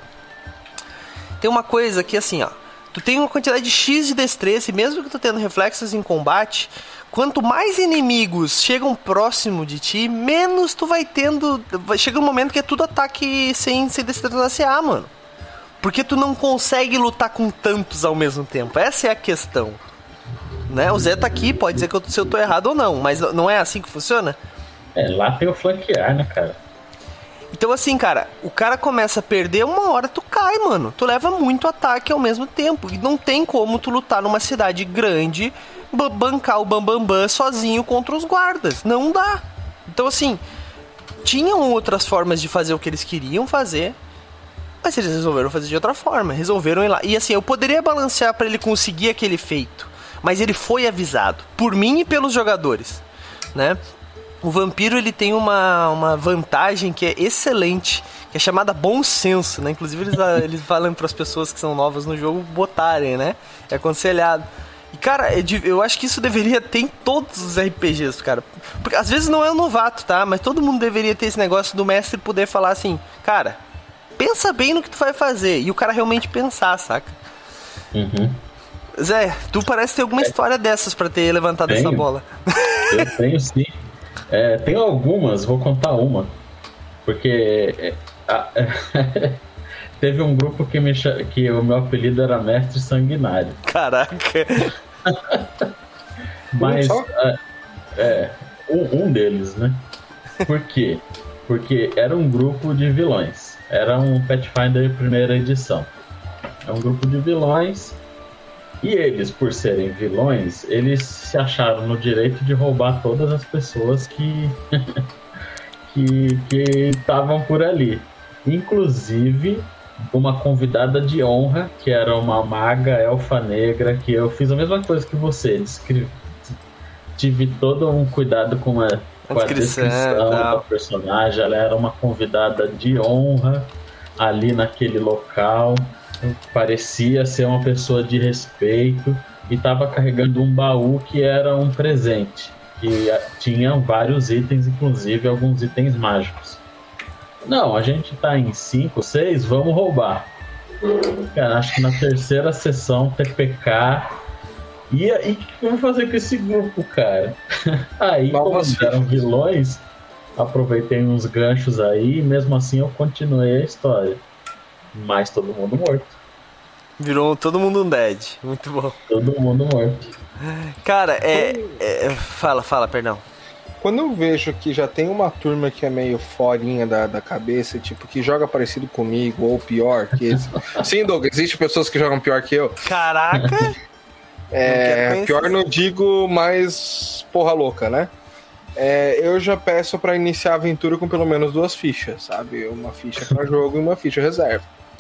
Speaker 2: tem uma coisa que assim, ó. Tu tem uma quantidade X de destreza e mesmo que tu tendo reflexos em combate, quanto mais inimigos chegam próximo de ti, menos tu vai tendo... Chega um momento que é tudo ataque sem, sem destreza C A, mano. Porque tu não consegue lutar com tantos ao mesmo tempo. Essa é a questão. Né? O Zé tá aqui, pode dizer que eu, se eu tô errado ou não, mas não é assim que funciona?
Speaker 3: É, lá tem o flanquear, né, cara?
Speaker 2: Então assim, cara, o cara começa a perder, uma hora tu cai, mano. Tu leva muito ataque ao mesmo tempo. E não tem como tu lutar numa cidade grande, bancar o Bambambam Bam Bam sozinho contra os guardas. Não dá. Então assim, tinham outras formas de fazer o que eles queriam fazer, mas eles resolveram fazer de outra forma. Resolveram ir lá. E assim, eu poderia balancear pra ele conseguir aquele feito, mas ele foi avisado, por mim e pelos jogadores, né? O vampiro, ele tem uma, uma vantagem que é excelente, que é chamada bom senso, né? Inclusive eles, eles falam para as pessoas que são novas no jogo botarem, né? É aconselhado. E cara, eu acho que isso deveria ter em todos os R P Gs, cara. Porque às vezes não é um novato, tá? Mas todo mundo deveria ter esse negócio do mestre poder falar assim, cara, pensa bem no que tu vai fazer. E o cara realmente pensar, saca?
Speaker 3: Uhum.
Speaker 2: Zé, tu parece ter alguma é. história dessas pra ter levantado
Speaker 3: tenho.
Speaker 2: essa bola.
Speaker 3: Eu tenho sim. É, tenho algumas, vou contar uma. Porque é, a, é, teve um grupo que, me, que o meu apelido era Mestre Sanguinário.
Speaker 2: Caraca!
Speaker 3: Mas é, é, um, um deles, né? Por quê? Porque era um grupo de vilões. Era um Pathfinder primeira edição. É um grupo de vilões. E eles, por serem vilões, eles se acharam no direito de roubar todas as pessoas que que que estavam por ali. Inclusive uma convidada de honra, que era uma maga elfa negra, que eu fiz a mesma coisa que você, descrevi, tive todo um cuidado com a, com a descrição da personagem. Ela era uma convidada de honra ali naquele local. Parecia ser uma pessoa de respeito e estava carregando um baú que era um presente, que tinha vários itens, inclusive alguns itens mágicos. Não, a gente tá em cinco, seis, vamos roubar. Cara, acho que na terceira sessão T P K. E aí, o que vamos fazer com esse grupo, cara? Aí, como eram vilões, aproveitei uns ganchos aí e mesmo assim eu continuei a história. Mas todo mundo morto.
Speaker 2: Virou todo mundo um dead. Muito bom.
Speaker 3: Todo mundo morto.
Speaker 2: Cara, é, é... Fala, fala, perdão.
Speaker 4: Quando eu vejo que já tem uma turma que é meio forinha da, da cabeça, tipo, que joga parecido comigo, ou pior que esse... Sim, Doug, existem pessoas que jogam pior que eu.
Speaker 2: Caraca!
Speaker 4: É, não pior não digo, mas porra louca, né? É, eu já peço pra iniciar a aventura com pelo menos duas fichas, sabe? Uma ficha pra jogo e uma ficha reserva.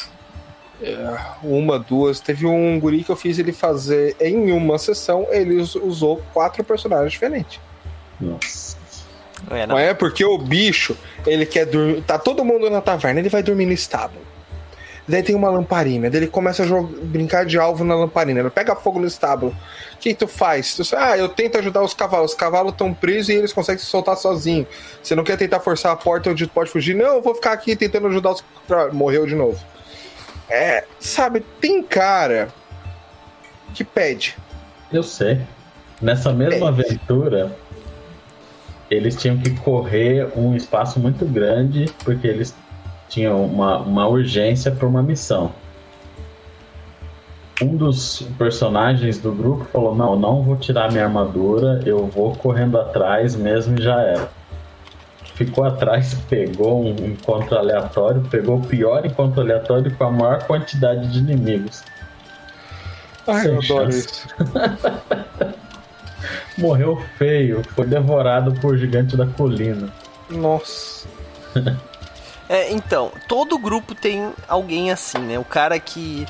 Speaker 4: É, uma, duas. Teve um guri que eu fiz ele fazer em uma sessão, ele usou quatro personagens diferentes.
Speaker 3: Nossa.
Speaker 2: É, não.
Speaker 4: não é porque o bicho, ele quer dormir. Tá todo mundo na taverna, ele vai dormir no estábulo. Daí tem uma lamparina, daí ele começa a jogar, brincar de alvo na lamparina. Ele pega fogo no estábulo. O que tu faz? Tu, ah, eu tento ajudar os cavalos. Os cavalos estão presos e eles conseguem se soltar sozinhos. Você não quer tentar forçar a porta onde tu pode fugir? Não, eu vou ficar aqui tentando ajudar os... Morreu de novo. É, sabe, tem cara que pede.
Speaker 3: Eu sei. Nessa mesma pede. aventura, eles tinham que correr um espaço muito grande, porque eles tinham uma, uma urgência para uma missão. um dos personagens do grupo falou, não, não vou tirar minha armadura, eu vou correndo atrás mesmo e já era. Ficou atrás, pegou um encontro aleatório, pegou o pior encontro aleatório com a maior quantidade de inimigos.
Speaker 4: Ai, eu adoro isso.
Speaker 3: Morreu feio, foi devorado por gigante da colina.
Speaker 4: Nossa.
Speaker 2: É, então, todo grupo tem alguém assim, né? O cara que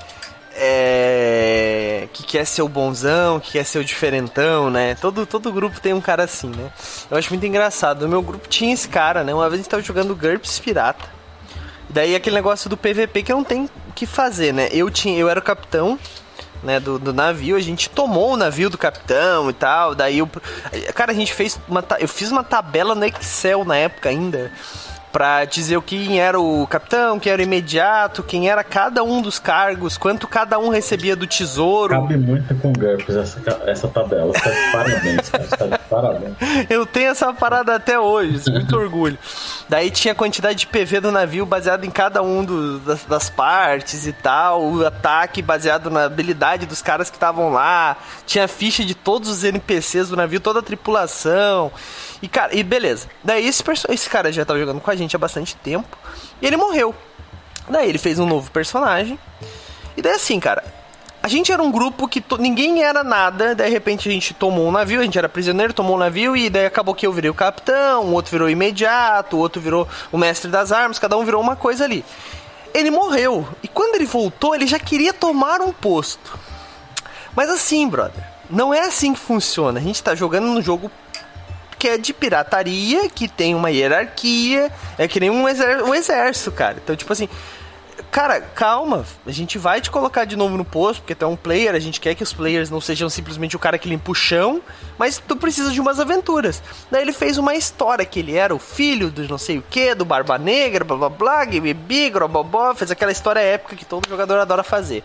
Speaker 2: é, que quer ser o bonzão, que quer ser o diferentão, né? Todo, todo grupo tem um cara assim, né? Eu acho muito engraçado. O meu grupo tinha esse cara, né? Uma vez a gente tava jogando GURPS Pirata. Daí aquele negócio do P V P que não tem o que fazer, né? Eu, tinha, eu era o capitão, né, do, do navio, a gente tomou o navio do capitão e tal, daí eu... Cara, a gente fez uma... Eu fiz uma tabela no Excel na época ainda, pra dizer quem era o capitão, quem era o imediato, quem era cada um dos cargos, quanto cada um recebia do tesouro.
Speaker 3: Cabe muito com GURPS essa, essa tabela, tá de parabéns, cara, tá de parabéns.
Speaker 2: Eu tenho essa parada até hoje, muito orgulho. Daí tinha a quantidade de P V do navio baseado em cada um do, das, das partes e tal, o ataque baseado na habilidade dos caras que estavam lá, tinha ficha de todos os N P Cs do navio, toda a tripulação. E, cara, e beleza. Daí esse, esse cara já tava jogando com a gente há bastante tempo. E ele morreu. Daí ele fez um novo personagem. E daí assim, cara, a gente era um grupo que to... ninguém era nada. Daí de repente a gente tomou um navio, a gente era prisioneiro, tomou um navio. E daí acabou que eu virei o capitão, o outro virou o imediato, o outro virou o mestre das armas. Cada um virou uma coisa ali. Ele morreu. E quando ele voltou, ele já queria tomar um posto. Mas assim, brother, não é assim que funciona. A gente tá jogando num jogo que é de pirataria, que tem uma hierarquia, é que nem um, exer- um exército, cara. Então, tipo assim, cara, calma, a gente vai te colocar de novo no posto, porque tu é um player, a gente quer que os players não sejam simplesmente o cara que limpa o chão, mas tu precisa de umas aventuras. Daí ele fez uma história, que ele era o filho do não sei o que, do Barba Negra, blá blá blá, bibi, grobobó, fez aquela história épica que todo jogador adora fazer.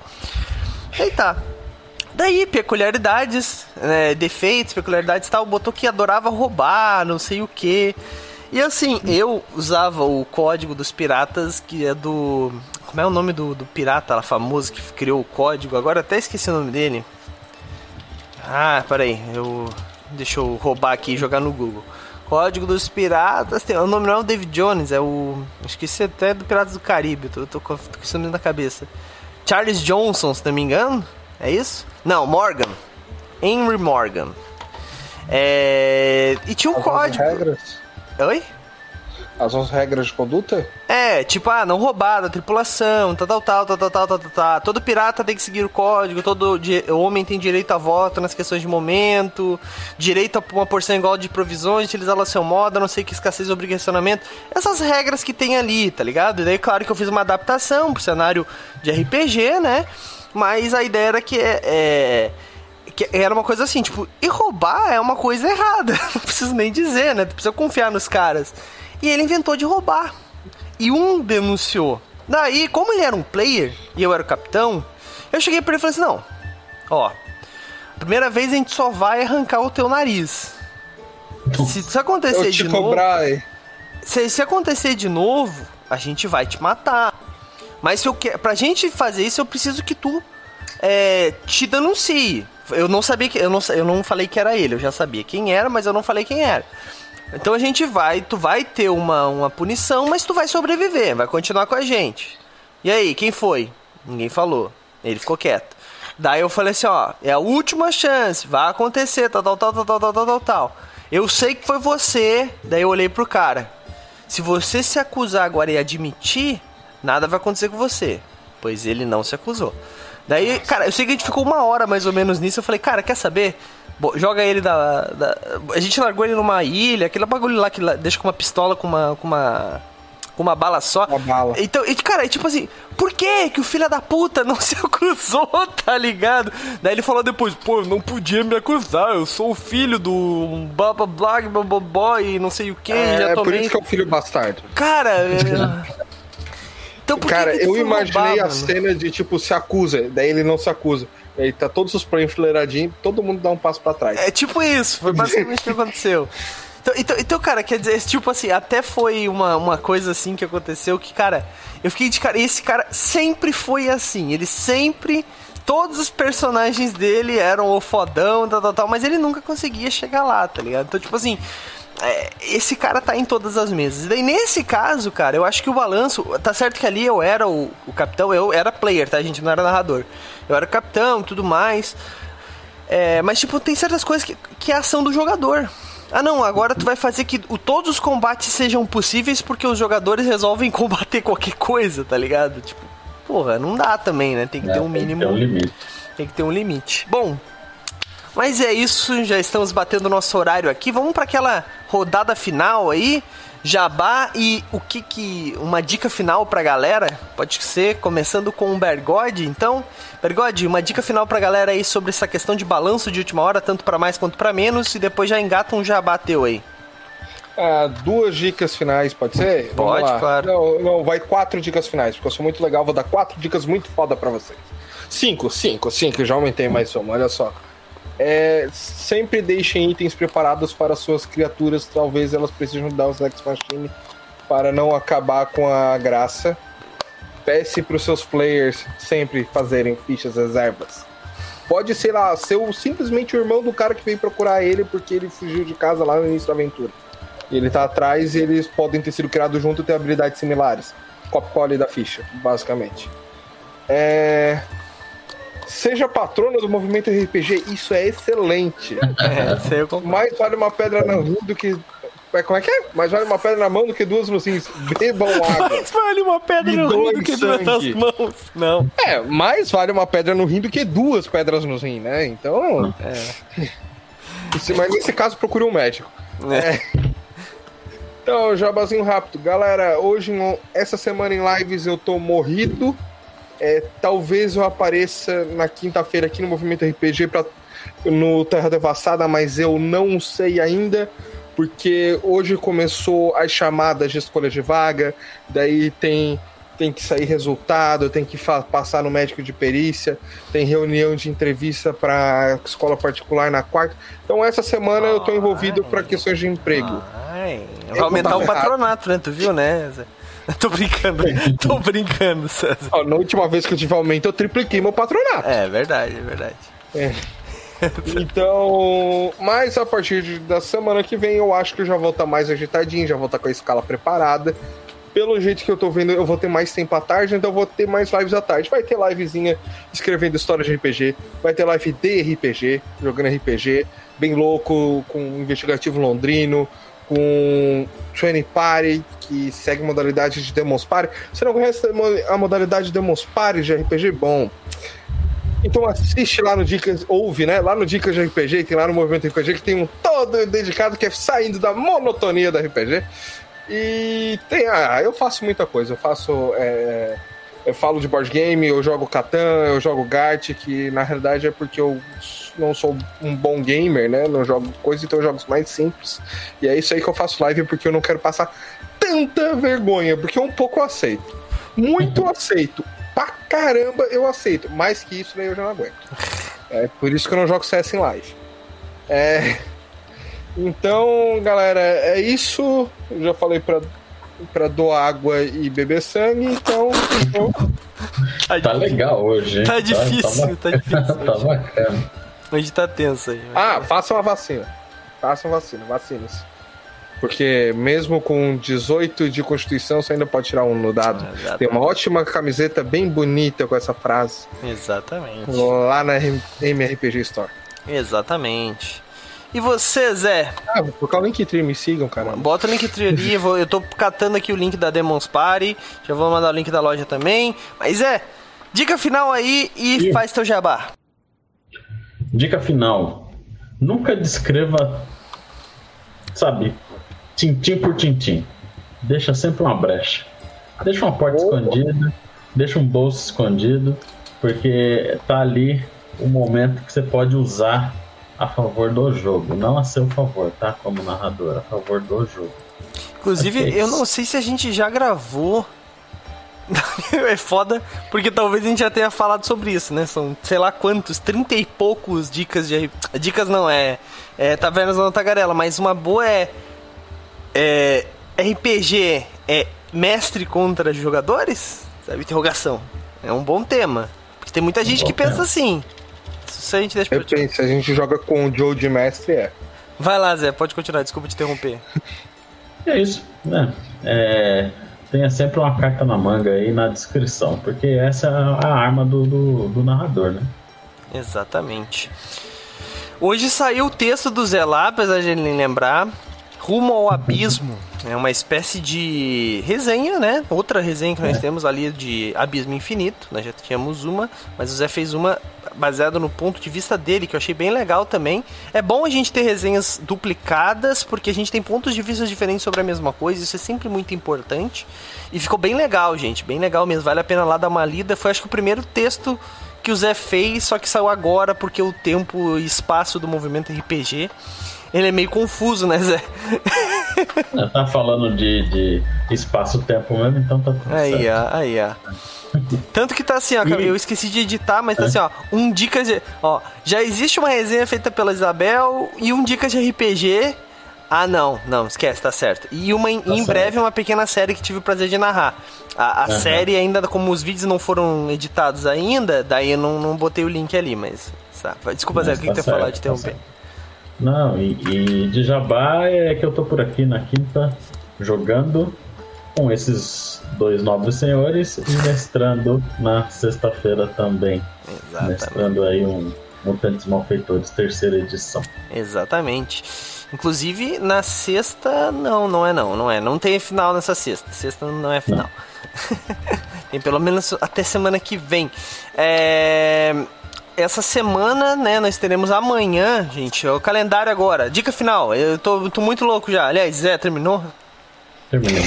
Speaker 2: Aí tá. Daí, peculiaridades, né, defeitos, peculiaridades e tal, botou que adorava roubar, não sei o que. E assim, eu usava o código dos piratas, que é do... Como é o nome do, do pirata lá famoso que criou o código? Agora até esqueci o nome dele. Ah, peraí, eu... Deixa eu roubar aqui e jogar no Google. Código dos Piratas, tem... o nome não é o David Jones, é o... Esqueci até do Piratas do Caribe, tô, tô, tô com isso na cabeça. Charles Johnson, se não me engano. É isso? Não, Morgan. Henry Morgan. É... E tinha um
Speaker 4: As
Speaker 2: código.
Speaker 4: Regras?
Speaker 2: Oi?
Speaker 4: As onze regras de conduta?
Speaker 2: É, tipo, ah, não roubar da tripulação, tal, tal, tal, tal, tal, tal, tal, tal, tal. Todo pirata tem que seguir o código, todo di- homem tem direito a voto nas questões de momento, direito a uma porção igual de provisões, utilizar o seu modo, a não sei que escassez ou obrigacionamento. Essas regras que tem ali, tá ligado? E daí, claro que eu fiz uma adaptação pro cenário de R P G, né? Mas a ideia era que é, é, que era uma coisa assim, tipo, e roubar é uma coisa errada. Não preciso nem dizer, né? Tu precisa confiar nos caras. E ele inventou de roubar. E um denunciou. Daí, como ele era um player e eu era o capitão, eu cheguei pra ele e falei assim, não, ó, primeira vez a gente só vai arrancar o teu nariz. Se isso acontecer
Speaker 4: eu te
Speaker 2: de
Speaker 4: cobrar,
Speaker 2: novo... Se, se acontecer de novo, a gente vai te matar. Mas se eu quer, pra gente fazer isso, eu preciso que tu é, te denuncie. Eu não sabia que. Eu não, eu não falei que era ele, eu já sabia quem era, mas eu não falei quem era. Então a gente vai, tu vai ter uma, uma punição, mas tu vai sobreviver, vai continuar com a gente. E aí, quem foi? Ninguém falou. Ele ficou quieto. Daí eu falei assim, ó, é a última chance, vai acontecer, tal, tal, tal, tal, tal, tal, tal, tal. Eu sei que foi você. Daí eu olhei pro cara. Se você se acusar agora e admitir, nada vai acontecer com você. Pois ele não se acusou. Daí, cara, eu sei que a gente ficou uma hora mais ou menos nisso. Eu falei, cara, quer saber? Bo- joga ele da, da... A gente largou ele numa ilha, aquele bagulho lá que deixa com uma pistola com uma... Com uma... com uma bala só.
Speaker 4: Uma bala.
Speaker 2: Então, e, cara, tipo assim, por que que o filho da puta não se acusou, tá ligado? Daí ele falou depois, pô, eu não podia me acusar, eu sou o filho do blá blá blá blá blá blá e não sei o que,
Speaker 4: É,
Speaker 2: já
Speaker 4: é
Speaker 2: tomei...
Speaker 4: por isso que é o filho bastardo.
Speaker 2: Cara, é... Então, por
Speaker 4: Cara,
Speaker 2: que que
Speaker 4: eu
Speaker 2: foi
Speaker 4: imaginei
Speaker 2: roubar,
Speaker 4: a
Speaker 2: mano?
Speaker 4: cena de tipo, se acusa, daí ele não se acusa. Aí tá todos os play enfileiradinhos, todo mundo dá um passo pra trás.
Speaker 2: É tipo isso, foi basicamente o que aconteceu. Então, então, então, cara, quer dizer, tipo assim, até foi uma, uma coisa assim que aconteceu que, cara, eu fiquei de cara, esse cara sempre foi assim, ele sempre todos os personagens dele eram o fodão, tal, tal, tal, mas ele nunca conseguia chegar lá, tá ligado? Então, tipo assim, é, esse cara tá em todas as mesas. E daí, nesse caso, cara, eu acho que o balanço... Tá certo que ali eu era o, o capitão, eu era player, tá, gente? Não era narrador. Eu era o capitão e tudo mais. É, mas, tipo, tem certas coisas que, que é a ação do jogador. Ah, não, agora tu vai fazer que o, todos os combates sejam possíveis porque os jogadores resolvem combater qualquer coisa, tá ligado? Tipo, porra, não dá também, né? Tem que é, ter um mínimo...
Speaker 3: Tem que ter um limite.
Speaker 2: Tem que ter um limite. Bom, mas é isso, já estamos batendo o nosso horário aqui. Vamos para aquela rodada final aí, jabá e o que que... Uma dica final pra galera, pode ser, começando com o Bergode, então... Bergode, uma dica final pra galera aí sobre essa questão de balanço de última hora, tanto pra mais quanto pra menos, e depois já engata um jabá teu aí.
Speaker 4: Ah, duas dicas finais, pode ser?
Speaker 2: Pode, claro.
Speaker 4: Não, não, vai quatro dicas finais, porque eu sou muito legal, vou dar quatro dicas muito foda pra vocês. Cinco, cinco, cinco, já aumentei mais uma, olha só. É, sempre deixem itens preparados para suas criaturas, talvez elas precisem dar os Ex Machine para não acabar com a graça. Peça para os seus players sempre fazerem fichas reservas. Pode ser lá, ser o, simplesmente o irmão do cara que veio procurar ele porque ele fugiu de casa lá no início da aventura. E ele tá atrás e eles podem ter sido criados juntos e ter habilidades similares. Copy-cole da ficha, basicamente. É... Seja patrona do movimento R P G, isso é excelente.
Speaker 2: É, sei eu
Speaker 4: Mais vale uma pedra na rua do que... Como é que é? Mais vale uma pedra na mão do que duas nos rins. Bebam água.
Speaker 2: Mais vale uma pedra no rim do que duas nas mãos. Não.
Speaker 4: É, mais vale uma pedra no rim do que duas pedras no rim, né? Então...
Speaker 2: É.
Speaker 4: Mas nesse caso, procure um médico. É. É. Então, jabazinho rápido. Galera, hoje, essa semana em lives, eu tô morrido. É, talvez eu apareça na quinta-feira aqui no Movimento R P G pra, no Terra Devastada, mas eu não sei ainda. Porque hoje começou as chamadas de escolha de vaga, daí tem, tem que sair resultado, tem que fa- passar no médico de perícia, tem reunião de entrevista para escola particular na quarta. Então essa semana eu tô envolvido para questões de emprego.
Speaker 2: Ai, vai aumentar o patronato, né? Tu viu, né? Tô brincando, tô brincando, César.
Speaker 4: Ó, na última vez que eu tive aumento, eu tripliquei meu patronato.
Speaker 2: É verdade, é verdade.
Speaker 4: É. Então, mas a partir de, da semana que vem eu acho que eu já vou estar mais agitadinho, já vou estar com a escala preparada. Pelo jeito que eu tô vendo, eu vou ter mais tempo à tarde, então eu vou ter mais lives à tarde. Vai ter livezinha escrevendo histórias de R P G, vai ter live de R P G, jogando R P G, bem louco, com investigativo londrino, com Training Party, que segue modalidade de Demons Party. Você não conhece a modalidade de Demons Party de R P G? Bom... Então assiste lá no Dicas, ouve, né? Lá no Dicas de R P G, tem lá no Movimento R P G, que tem um todo dedicado que é saindo da monotonia da R P G. E tem, ah, eu faço muita coisa, eu faço, é, eu falo de board game, eu jogo Catan, eu jogo Gart, que na realidade é porque eu não sou um bom gamer, né? Não jogo coisa, então eu jogo mais simples. E é isso aí que eu faço live, porque eu não quero passar tanta vergonha, porque um pouco eu aceito. Muito aceito. Pra caramba eu aceito. Mais que isso daí eu já não aguento. É por isso que eu não jogo C S em live. É... Então, galera, é isso. Eu já falei pra, pra doar água e beber sangue, então... então...
Speaker 3: Tá legal hoje, hein?
Speaker 2: Tá difícil, tá, tá difícil.
Speaker 3: Tá bacana.
Speaker 2: Hoje tá tenso aí.
Speaker 4: Ah, façam a vacina. Façam vacina, vacina-se. Porque mesmo com dezoito de Constituição, você ainda pode tirar um no dado. Exatamente. Tem uma ótima camiseta bem bonita com essa frase.
Speaker 2: Exatamente.
Speaker 4: Lá na M R P G Store.
Speaker 2: Exatamente. E você, Zé?
Speaker 4: Ah, vou colocar o Linktree, me sigam, cara.
Speaker 2: Bota o Linktree ali, eu, vou, eu tô catando aqui o link da Demons Party, já vou mandar o link da loja também. Mas, Zé, dica final aí e Sim. faz teu jabá.
Speaker 3: Dica final. Nunca descreva, sabe... tintim por tintim. Deixa sempre uma brecha. Deixa uma porta oh. escondida, deixa um bolso escondido, porque tá ali o momento que você pode usar a favor do jogo, não a seu favor, tá? Como narrador, a favor do jogo.
Speaker 2: Inclusive, eu não sei se a gente já gravou. É foda, porque talvez a gente já tenha falado sobre isso, né? São, sei lá quantos, trinta e poucos dicas de... Dicas não, é, é Tavernas da Tagarela, mas uma boa é... É, R P G é mestre contra jogadores? Sabe, interrogação. É um bom tema. Tem muita gente que pensa assim. Isso a gente deixa
Speaker 4: Eu penso, se a gente joga com o Joe de mestre, é.
Speaker 2: Vai lá, Zé, pode continuar, desculpa te interromper.
Speaker 3: É isso, né? É, tenha sempre uma carta na manga aí na descrição, porque essa é a arma do, do, do narrador, né?
Speaker 2: Exatamente. Hoje saiu o texto do Zé lá, apesar de ele nem lembrar, Rumo ao Abismo. É uma espécie de resenha, né? Outra resenha que nós é. temos ali de Abismo Infinito. Nós já tínhamos uma, mas o Zé fez uma baseada no ponto de vista dele, que eu achei bem legal também. É bom a gente ter resenhas duplicadas, porque a gente tem pontos de vista diferentes sobre a mesma coisa. Isso é sempre muito importante. E ficou bem legal, gente. Bem legal mesmo. Vale a pena lá dar uma lida. Foi, acho que, o primeiro texto que o Zé fez, só que saiu agora, porque o tempo e espaço do movimento R P G... Ele é meio confuso, né, Zé?
Speaker 3: Tá falando de, de espaço-tempo mesmo, então tá tudo
Speaker 2: aí,
Speaker 3: certo.
Speaker 2: Ó, aí, ó. Tanto que tá assim, ó, eu esqueci de editar, mas tá assim, ó, um dicas de... Ó, já existe uma resenha feita pela Isabel e um dicas de R P G... Ah, não, não, esquece, tá certo. E uma, tá em certo. breve, uma pequena série que tive o prazer de narrar. A, a uhum. série ainda, como os vídeos não foram editados ainda, daí eu não, não botei o link ali, mas... Tá. Desculpa, mas Zé, o que tá que tu ia falar de interromper? Tá
Speaker 3: Não, e, e de jabá é que eu tô por aqui na quinta jogando com esses dois nobres senhores e mestrando na sexta-feira também.
Speaker 2: Exatamente.
Speaker 3: Mestrando aí um Mutantes Malfeitores, terceira edição.
Speaker 2: Exatamente. Inclusive, na sexta, não, não é não, não é. Não tem final nessa sexta. Sexta não é final. Tem pelo menos até semana que vem. É... Essa semana, né, nós teremos amanhã, gente, o calendário agora. Dica final, eu tô, eu tô muito louco já. Aliás, Zé, terminou?
Speaker 3: Terminou.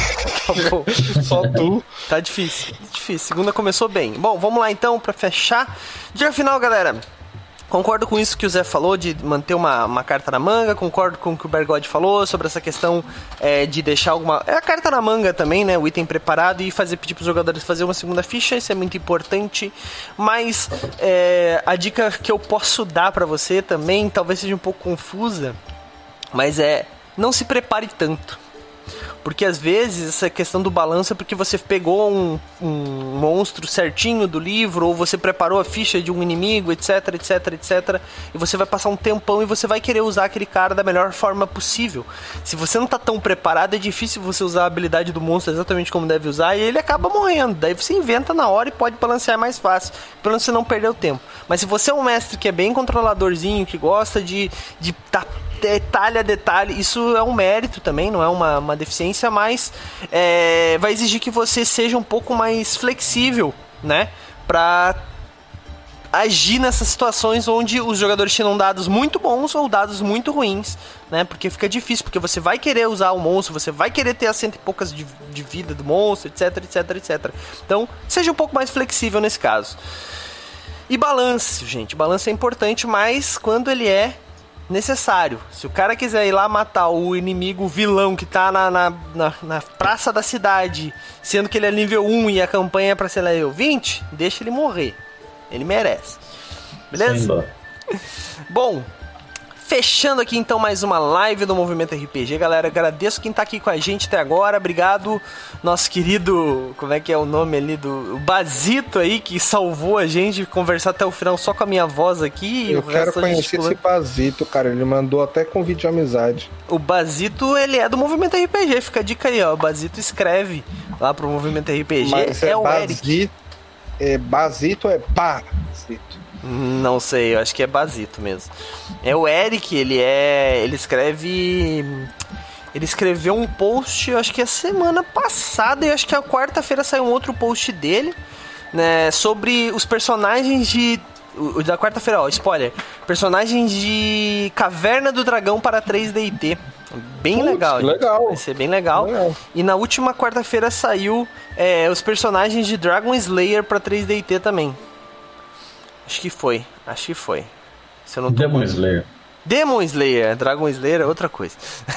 Speaker 2: Só tu. Tá difícil, difícil. Segunda começou bem. Bom, vamos lá então pra fechar. Dica final, galera. Concordo com isso que o Zé falou, de manter uma, uma carta na manga. Concordo com o que o Bergode falou sobre essa questão é, de deixar alguma... É a carta na manga também, né? O item preparado e fazer, pedir pros jogadores fazer uma segunda ficha. Isso é muito importante. Mas é, a dica que eu posso dar pra você também, talvez seja um pouco confusa, mas é, não se prepare tanto. Porque às vezes essa questão do balanço é porque você pegou um, um monstro certinho do livro, ou você preparou a ficha de um inimigo, etc, etc, etc, e você vai passar um tempão e você vai querer usar aquele cara da melhor forma possível. Se você não tá tão preparado, é difícil você usar a habilidade do monstro exatamente como deve usar, e ele acaba morrendo. Daí você inventa na hora e pode balancear mais fácil, pra você não perder o tempo. Mas se você é um mestre que é bem controladorzinho, que gosta de de tá detalhe a detalhe, isso é um mérito também, não é uma, uma deficiência, mas é, vai exigir que você seja um pouco mais flexível, né, pra agir nessas situações onde os jogadores tiram dados muito bons ou dados muito ruins, né, porque fica difícil, porque você vai querer usar o monstro, você vai querer ter as cento e poucas de, de vida do monstro, etc, etc, etcétera. Então, seja um pouco mais flexível nesse caso. E balanço, gente, balanço é importante, mas quando ele é necessário. Se o cara quiser ir lá matar o inimigo, o vilão que tá na, na, na, na praça da cidade, sendo que ele é nível um e a campanha é pra ser nível vinte, deixa ele morrer. Ele merece. Beleza? Bom, fechando aqui então mais uma live do Movimento R P G, galera. Agradeço quem tá aqui com a gente até agora. Obrigado, nosso querido, como é que é o nome ali do Basito aí, que salvou a gente, conversar até o final só com a minha voz aqui.
Speaker 4: Eu quero conhecer esse Basito, cara. Ele mandou até convite de amizade.
Speaker 2: O Basito, ele é do Movimento R P G. Fica a dica aí, ó. O Basito escreve lá pro Movimento R P G.
Speaker 4: Mas é, é o
Speaker 2: Basito,
Speaker 4: Eric. É Basito é Basito?
Speaker 2: Não sei, eu acho que é Basito mesmo. É o Eric, ele é. Ele escreve. Ele escreveu um post, eu acho que é semana passada, e acho que a quarta-feira saiu um outro post dele, né? Sobre os personagens de. O da quarta-feira, ó, spoiler. Personagens de Caverna do Dragão para três D T. Bem Putz, legal,
Speaker 4: legal.
Speaker 2: Vai ser bem legal. legal. E na última quarta-feira saiu é, os personagens de Dragon Slayer para três D T também. Acho que foi, acho que foi. Se eu não tô
Speaker 3: Demon muito... Slayer.
Speaker 2: Demon Slayer, Dragon Slayer é outra coisa.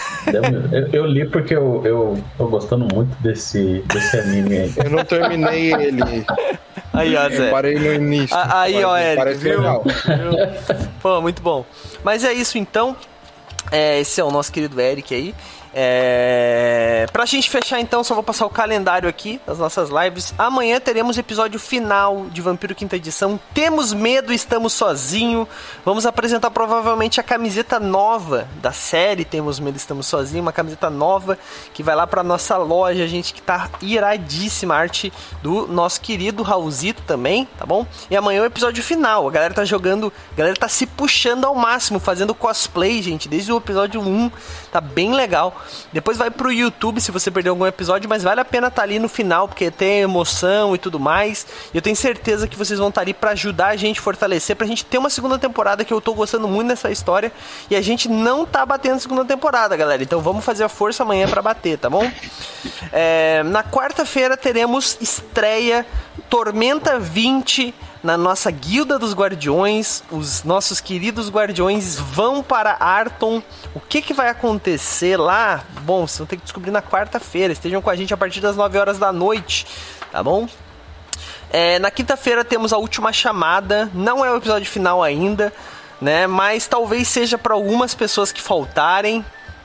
Speaker 3: eu, eu li porque eu, eu tô gostando muito desse, desse anime aí.
Speaker 4: Eu não terminei ele.
Speaker 2: Aí, ó, Zé.
Speaker 4: Eu parei no início.
Speaker 2: Aí, ó, Eric,
Speaker 4: parece
Speaker 2: viu?
Speaker 4: legal.
Speaker 2: Pô, muito bom. Mas é isso então. É, esse é o nosso querido Eric aí. É... Pra gente fechar então, só vou passar o calendário aqui das nossas lives. Amanhã teremos o episódio final de Vampiro Quinta Edição. Temos medo, estamos sozinhos. Vamos apresentar provavelmente a camiseta nova da série Temos Medo, Estamos Sozinhos. Uma camiseta nova que vai lá pra nossa loja, gente, que tá iradíssima. Arte do nosso querido Raulzito também, tá bom? E amanhã é o episódio final. A galera tá jogando, a galera tá se puxando ao máximo, fazendo cosplay, gente, desde o episódio um. Tá bem legal. Depois vai pro YouTube se você perdeu algum episódio, mas vale a pena estar ali no final, porque tem emoção e tudo mais. E eu tenho certeza que vocês vão estar ali pra ajudar a gente a fortalecer, pra gente ter uma segunda temporada, que eu tô gostando muito dessa história. E a gente não tá batendo a segunda temporada, galera. Então vamos fazer a força amanhã pra bater, tá bom? É, na quarta-feira teremos estreia Tormenta vinte na nossa Guilda dos Guardiões. Os nossos queridos guardiões vão para Arton. O que, que vai acontecer lá? Bom, vocês vão ter que descobrir na quarta-feira. Estejam com a gente a partir das nove horas da noite, tá bom? É, na quinta-feira temos a última chamada. Não é o episódio final ainda, né? Mas talvez seja para algumas pessoas que faltarem.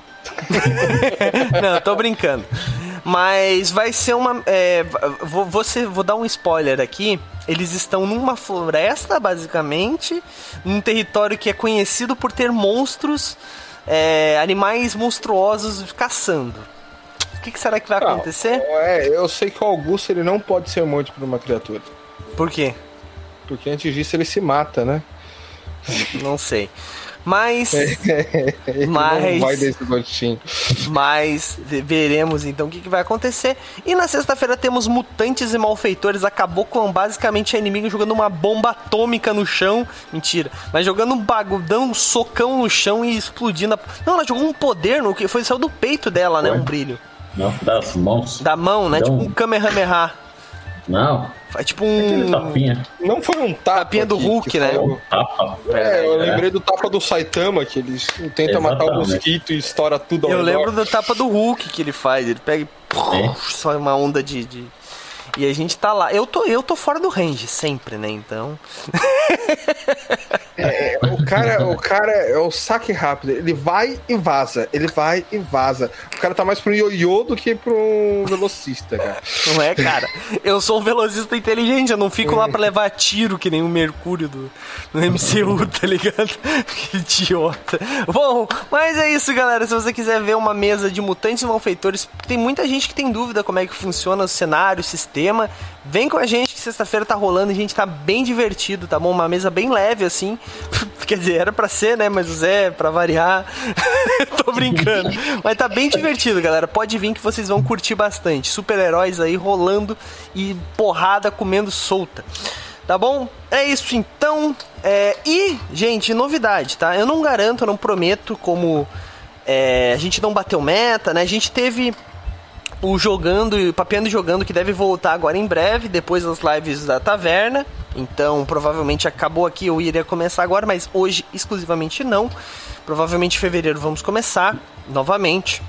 Speaker 2: Não, tô brincando. Mas vai ser uma... É, vou, vou, ser, vou dar um spoiler aqui. Eles estão numa floresta, basicamente, num território que é conhecido por ter monstros, é, animais monstruosos caçando. O que, que será que vai não, acontecer?
Speaker 4: É, eu sei que o Augusto ele não pode ser morto por uma criatura.
Speaker 2: Por quê?
Speaker 4: Porque antes disso ele se mata, né?
Speaker 2: Não sei. Mas,
Speaker 4: ele
Speaker 2: mas,
Speaker 4: não vai desse gostinho.
Speaker 2: Mas veremos então o que, que vai acontecer. E na sexta-feira temos Mutantes e Malfeitores. Acabou com basicamente a inimigo jogando uma bomba atômica no chão. Mentira. Mas jogando um bagulho, dando um socão no chão e explodindo. A... Não, ela jogou um poder no que foi, saiu do peito dela, né? Um brilho.
Speaker 3: Não, das mãos.
Speaker 2: Da mão, né? Então... Tipo um Kamehameha.
Speaker 3: Não.
Speaker 2: É tipo um...
Speaker 3: Tapinha.
Speaker 4: Não foi um tapa.
Speaker 2: Tapinha do
Speaker 4: que,
Speaker 2: Hulk,
Speaker 4: que
Speaker 2: né?
Speaker 3: Um tapa.
Speaker 4: É, eu lembrei do tapa do Saitama, que ele tenta Exatamente. matar o mosquito e estoura tudo ao
Speaker 2: Eu
Speaker 4: redor.
Speaker 2: lembro do tapa do Hulk que ele faz. Ele pega e... É. Só uma onda de... de... E a gente tá lá. Eu tô, eu tô fora do range sempre, né? Então...
Speaker 4: É, o cara, o cara é o saque rápido. Ele vai e vaza. Ele vai e vaza. O cara tá mais pro ioiô do que pro um velocista, cara.
Speaker 2: Não é, cara? Eu sou um velocista inteligente. Eu não fico lá pra levar tiro que nem o Mercúrio do, do M C U, tá ligado? Que idiota. Bom, mas é isso, galera. Se você quiser ver uma mesa de Mutantes e Malfeitores, tem muita gente que tem dúvida como é que funciona o cenário, o sistema. Vem com a gente que sexta-feira tá rolando e a gente tá bem divertido, tá bom? Uma mesa bem leve, assim. Quer dizer, era pra ser, né? Mas o Zé, pra variar... Tô brincando. Mas tá bem divertido, galera. Pode vir que vocês vão curtir bastante. Super-heróis aí rolando e porrada comendo solta. Tá bom? É isso, então. É... E, gente, novidade, tá? Eu não garanto, eu não prometo como... É... A gente não bateu meta, né? A gente teve... o Jogando e o Papeando e Jogando, que deve voltar agora em breve, depois das lives da taverna. Então, provavelmente acabou aqui, eu iria começar agora, mas hoje exclusivamente não. Provavelmente em fevereiro vamos começar novamente.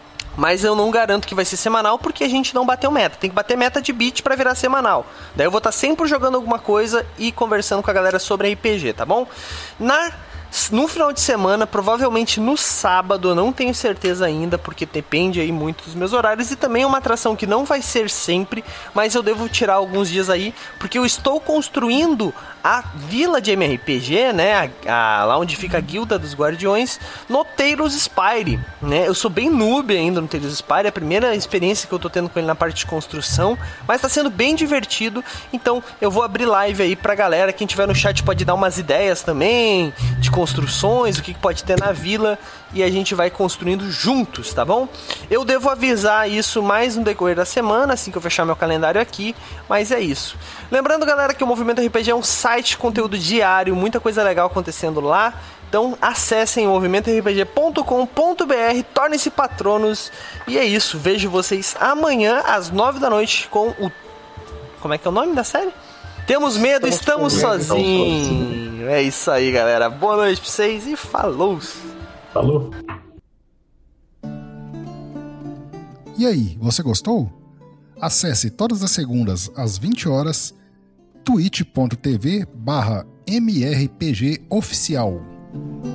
Speaker 2: Mas eu não garanto que vai ser semanal, porque a gente não bateu meta. Tem que bater meta de beat pra virar semanal. Daí eu vou estar sempre jogando alguma coisa e conversando com a galera sobre R P G, tá bom? Na... No final de semana, provavelmente no sábado, eu não tenho certeza ainda, porque depende aí muito dos meus horários, e também é uma atração que não vai ser sempre, mas eu devo tirar alguns dias aí, porque eu estou construindo a vila de M R P G, né, a, a, lá onde fica a Guilda dos Guardiões, no Talos Spire, né, eu sou bem noob ainda no Talos Spire, é a primeira experiência que eu tô tendo com ele na parte de construção, mas tá sendo bem divertido, então eu vou abrir live aí pra galera, quem tiver no chat pode dar umas ideias também, de construções, o que pode ter na vila, e a gente vai construindo juntos, tá bom? Eu devo avisar isso mais no decorrer da semana, assim que eu fechar meu calendário aqui, mas é isso. Lembrando, galera, que o Movimento R P G é um site de conteúdo diário, muita coisa legal acontecendo lá, então acessem movimento r p g ponto com ponto b r, tornem-se patronos, e é isso, vejo vocês amanhã às nove da noite com o... Como é que é o nome da série? Temos medo, estamos, estamos sozinhos. É isso aí, galera. Boa noite pra vocês e falou!
Speaker 3: Falou!
Speaker 5: E aí, você gostou? Acesse todas as segundas às vinte horas twitch ponto tv barra M R P G oficial.